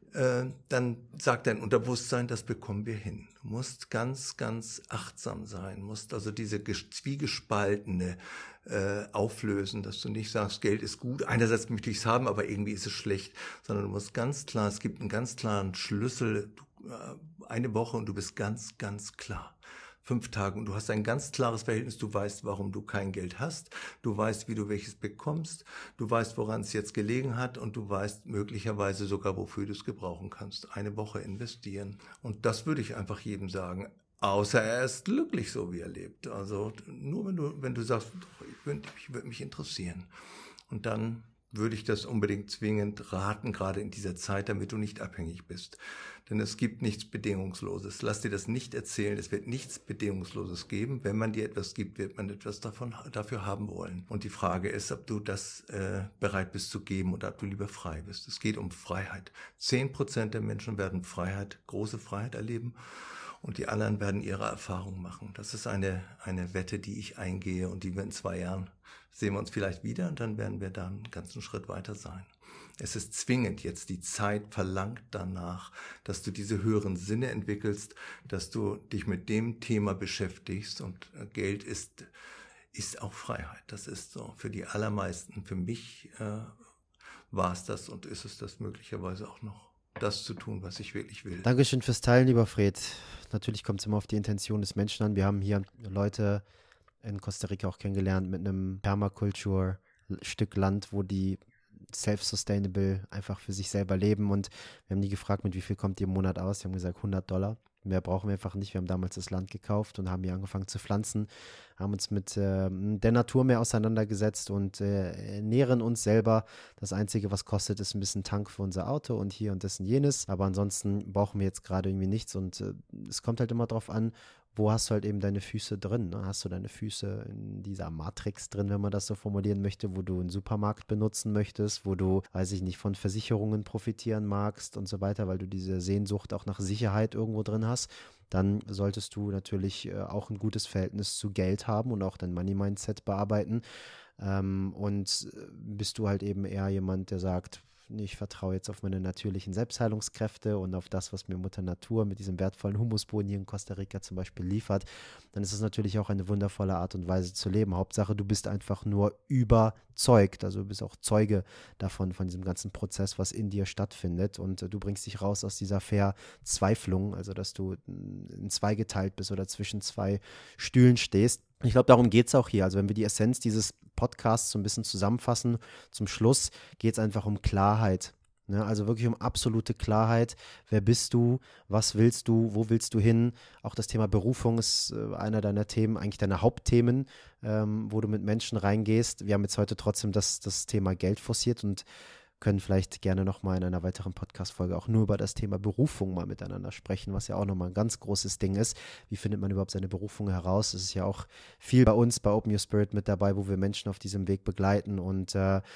dann sagt dein Unterbewusstsein, das bekommen wir hin. Du musst ganz, ganz achtsam sein, musst also diese zwiegespaltene auflösen, dass du nicht sagst, Geld ist gut, einerseits möchte ich es haben, aber irgendwie ist es schlecht, sondern du musst ganz klar, es gibt einen ganz klaren Schlüssel, eine Woche und du bist ganz, ganz klar. 5 Tage und du hast ein ganz klares Verhältnis, du weißt, warum du kein Geld hast, du weißt, wie du welches bekommst, du weißt, woran es jetzt gelegen hat und du weißt möglicherweise sogar, wofür du es gebrauchen kannst. Eine Woche investieren und das würde ich einfach jedem sagen, außer er ist glücklich, so wie er lebt. Also nur wenn du sagst, ich würde mich interessieren und dann würde ich das unbedingt zwingend raten, gerade in dieser Zeit, damit du nicht abhängig bist. Denn es gibt nichts Bedingungsloses. Lass dir das nicht erzählen, es wird nichts Bedingungsloses geben. Wenn man dir etwas gibt, wird man etwas dafür haben wollen. Und die Frage ist, ob du das bereit bist zu geben oder ob du lieber frei bist. Es geht um Freiheit. 10% der Menschen werden große Freiheit erleben. Und die anderen werden ihre Erfahrungen machen. Das ist eine Wette, die ich eingehe und die wir in 2 Jahren sehen wir uns vielleicht wieder und dann werden wir da einen ganzen Schritt weiter sein. Es ist zwingend jetzt, die Zeit verlangt danach, dass du diese höheren Sinne entwickelst, dass du dich mit dem Thema beschäftigst und Geld ist auch Freiheit. Das ist so für die allermeisten. Für mich war es das und ist es das möglicherweise auch noch, das zu tun, was ich wirklich will. Dankeschön fürs Teilen, lieber Fred. Natürlich kommt es immer auf die Intention des Menschen an. Wir haben hier Leute in Costa Rica auch kennengelernt mit einem Permakultur-Stück Land, wo die self-sustainable einfach für sich selber leben und wir haben die gefragt, mit wie viel kommt ihr im Monat aus? Die haben gesagt $100. Mehr brauchen wir einfach nicht. Wir haben damals das Land gekauft und haben hier angefangen zu pflanzen, haben uns mit der Natur mehr auseinandergesetzt und ernähren uns selber. Das Einzige, was kostet, ist ein bisschen Tank für unser Auto und hier und das und jenes. Aber ansonsten brauchen wir jetzt gerade irgendwie nichts und es kommt halt immer drauf an, wo hast du halt eben deine Füße drin? Ne? Hast du deine Füße in dieser Matrix drin, wenn man das so formulieren möchte, wo du einen Supermarkt benutzen möchtest, wo du, weiß ich nicht, von Versicherungen profitieren magst und so weiter, weil du diese Sehnsucht auch nach Sicherheit irgendwo drin hast, dann solltest du natürlich auch ein gutes Verhältnis zu Geld haben und auch dein Money-Mindset bearbeiten. Und bist du halt eben eher jemand, der sagt, ich vertraue jetzt auf meine natürlichen Selbstheilungskräfte und auf das, was mir Mutter Natur mit diesem wertvollen Humusboden hier in Costa Rica zum Beispiel liefert, dann ist es natürlich auch eine wundervolle Art und Weise zu leben. Hauptsache, du bist einfach nur überzeugt, also du bist auch Zeuge davon, von diesem ganzen Prozess, was in dir stattfindet und du bringst dich raus aus dieser Verzweiflung, also dass du in 2 geteilt bist oder zwischen 2 Stühlen stehst. Ich glaube, darum geht es auch hier. Also wenn wir die Essenz dieses Podcasts so ein bisschen zusammenfassen, zum Schluss geht es einfach um Klarheit. Ne? Also wirklich um absolute Klarheit. Wer bist du? Was willst du? Wo willst du hin? Auch das Thema Berufung ist einer deiner Themen, eigentlich deine Hauptthemen, wo du mit Menschen reingehst. Wir haben jetzt heute trotzdem das Thema Geld forciert und können vielleicht gerne nochmal in einer weiteren Podcast-Folge auch nur über das Thema Berufung mal miteinander sprechen, was ja auch nochmal ein ganz großes Ding ist. Wie findet man überhaupt seine Berufung heraus? Es ist ja auch viel bei uns, bei Open Your Spirit mit dabei, wo wir Menschen auf diesem Weg begleiten und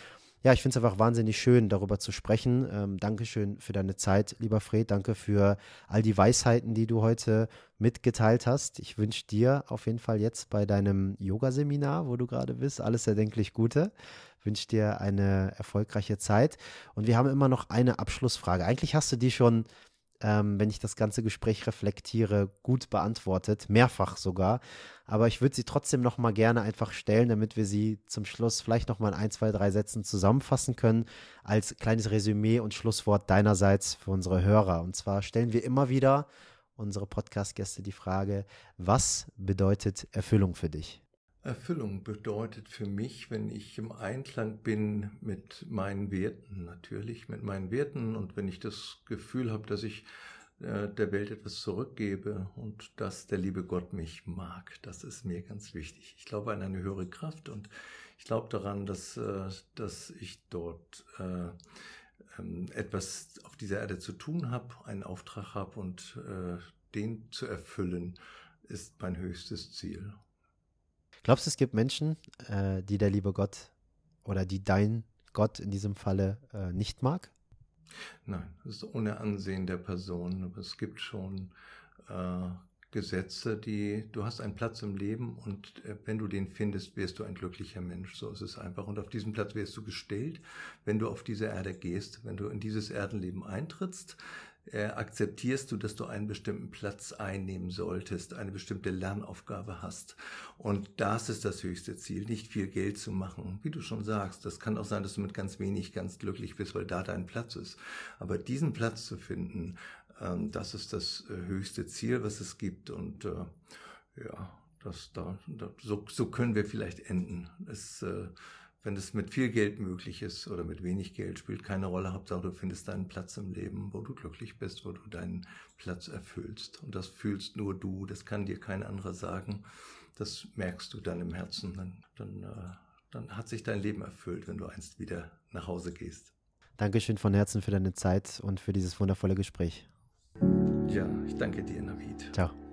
ja, ich finde es einfach wahnsinnig schön, darüber zu sprechen. Dankeschön für deine Zeit, lieber Fred. Danke für all die Weisheiten, die du heute mitgeteilt hast. Ich wünsche dir auf jeden Fall jetzt bei deinem Yoga-Seminar, wo du gerade bist, alles erdenklich Gute. Wünsche dir eine erfolgreiche Zeit. Und wir haben immer noch eine Abschlussfrage. Eigentlich hast du die schon, wenn ich das ganze Gespräch reflektiere, gut beantwortet, mehrfach sogar. Aber ich würde sie trotzdem noch mal gerne einfach stellen, damit wir sie zum Schluss vielleicht noch mal in 1, 2, 3 Sätzen zusammenfassen können, als kleines Resümee und Schlusswort deinerseits für unsere Hörer. Und zwar stellen wir immer wieder unsere Podcast-Gäste die Frage, was bedeutet Erfüllung für dich? Erfüllung bedeutet für mich, wenn ich im Einklang bin mit meinen Werten, natürlich mit meinen Werten, und wenn ich das Gefühl habe, dass ich der Welt etwas zurückgebe und dass der liebe Gott mich mag. Das ist mir ganz wichtig. Ich glaube an eine höhere Kraft und ich glaube daran, dass ich dort etwas auf dieser Erde zu tun habe, einen Auftrag habe, und den zu erfüllen ist mein höchstes Ziel. Glaubst du, es gibt Menschen, die der liebe Gott oder die dein Gott in diesem Falle nicht mag? Nein, das ist ohne Ansehen der Person. Aber es gibt schon Gesetze, du hast einen Platz im Leben, und wenn du den findest, wirst du ein glücklicher Mensch. So ist es einfach. Und auf diesem Platz wirst du gestellt, wenn du auf diese Erde gehst, wenn du in dieses Erdenleben eintrittst. Akzeptierst du, dass du einen bestimmten Platz einnehmen solltest, eine bestimmte Lernaufgabe hast. Und das ist das höchste Ziel, nicht viel Geld zu machen. Wie du schon sagst, das kann auch sein, dass du mit ganz wenig ganz glücklich bist, weil da dein Platz ist. Aber diesen Platz zu finden, das ist das höchste Ziel, was es gibt. Und so können wir vielleicht enden. Wenn es mit viel Geld möglich ist oder mit wenig Geld, spielt keine Rolle. Hauptsache, du findest deinen Platz im Leben, wo du glücklich bist, wo du deinen Platz erfüllst. Und das fühlst nur du, das kann dir kein anderer sagen. Das merkst du dann im Herzen. Dann hat sich dein Leben erfüllt, wenn du einst wieder nach Hause gehst. Dankeschön von Herzen für deine Zeit und für dieses wundervolle Gespräch. Ja, ich danke dir, Navid. Ciao.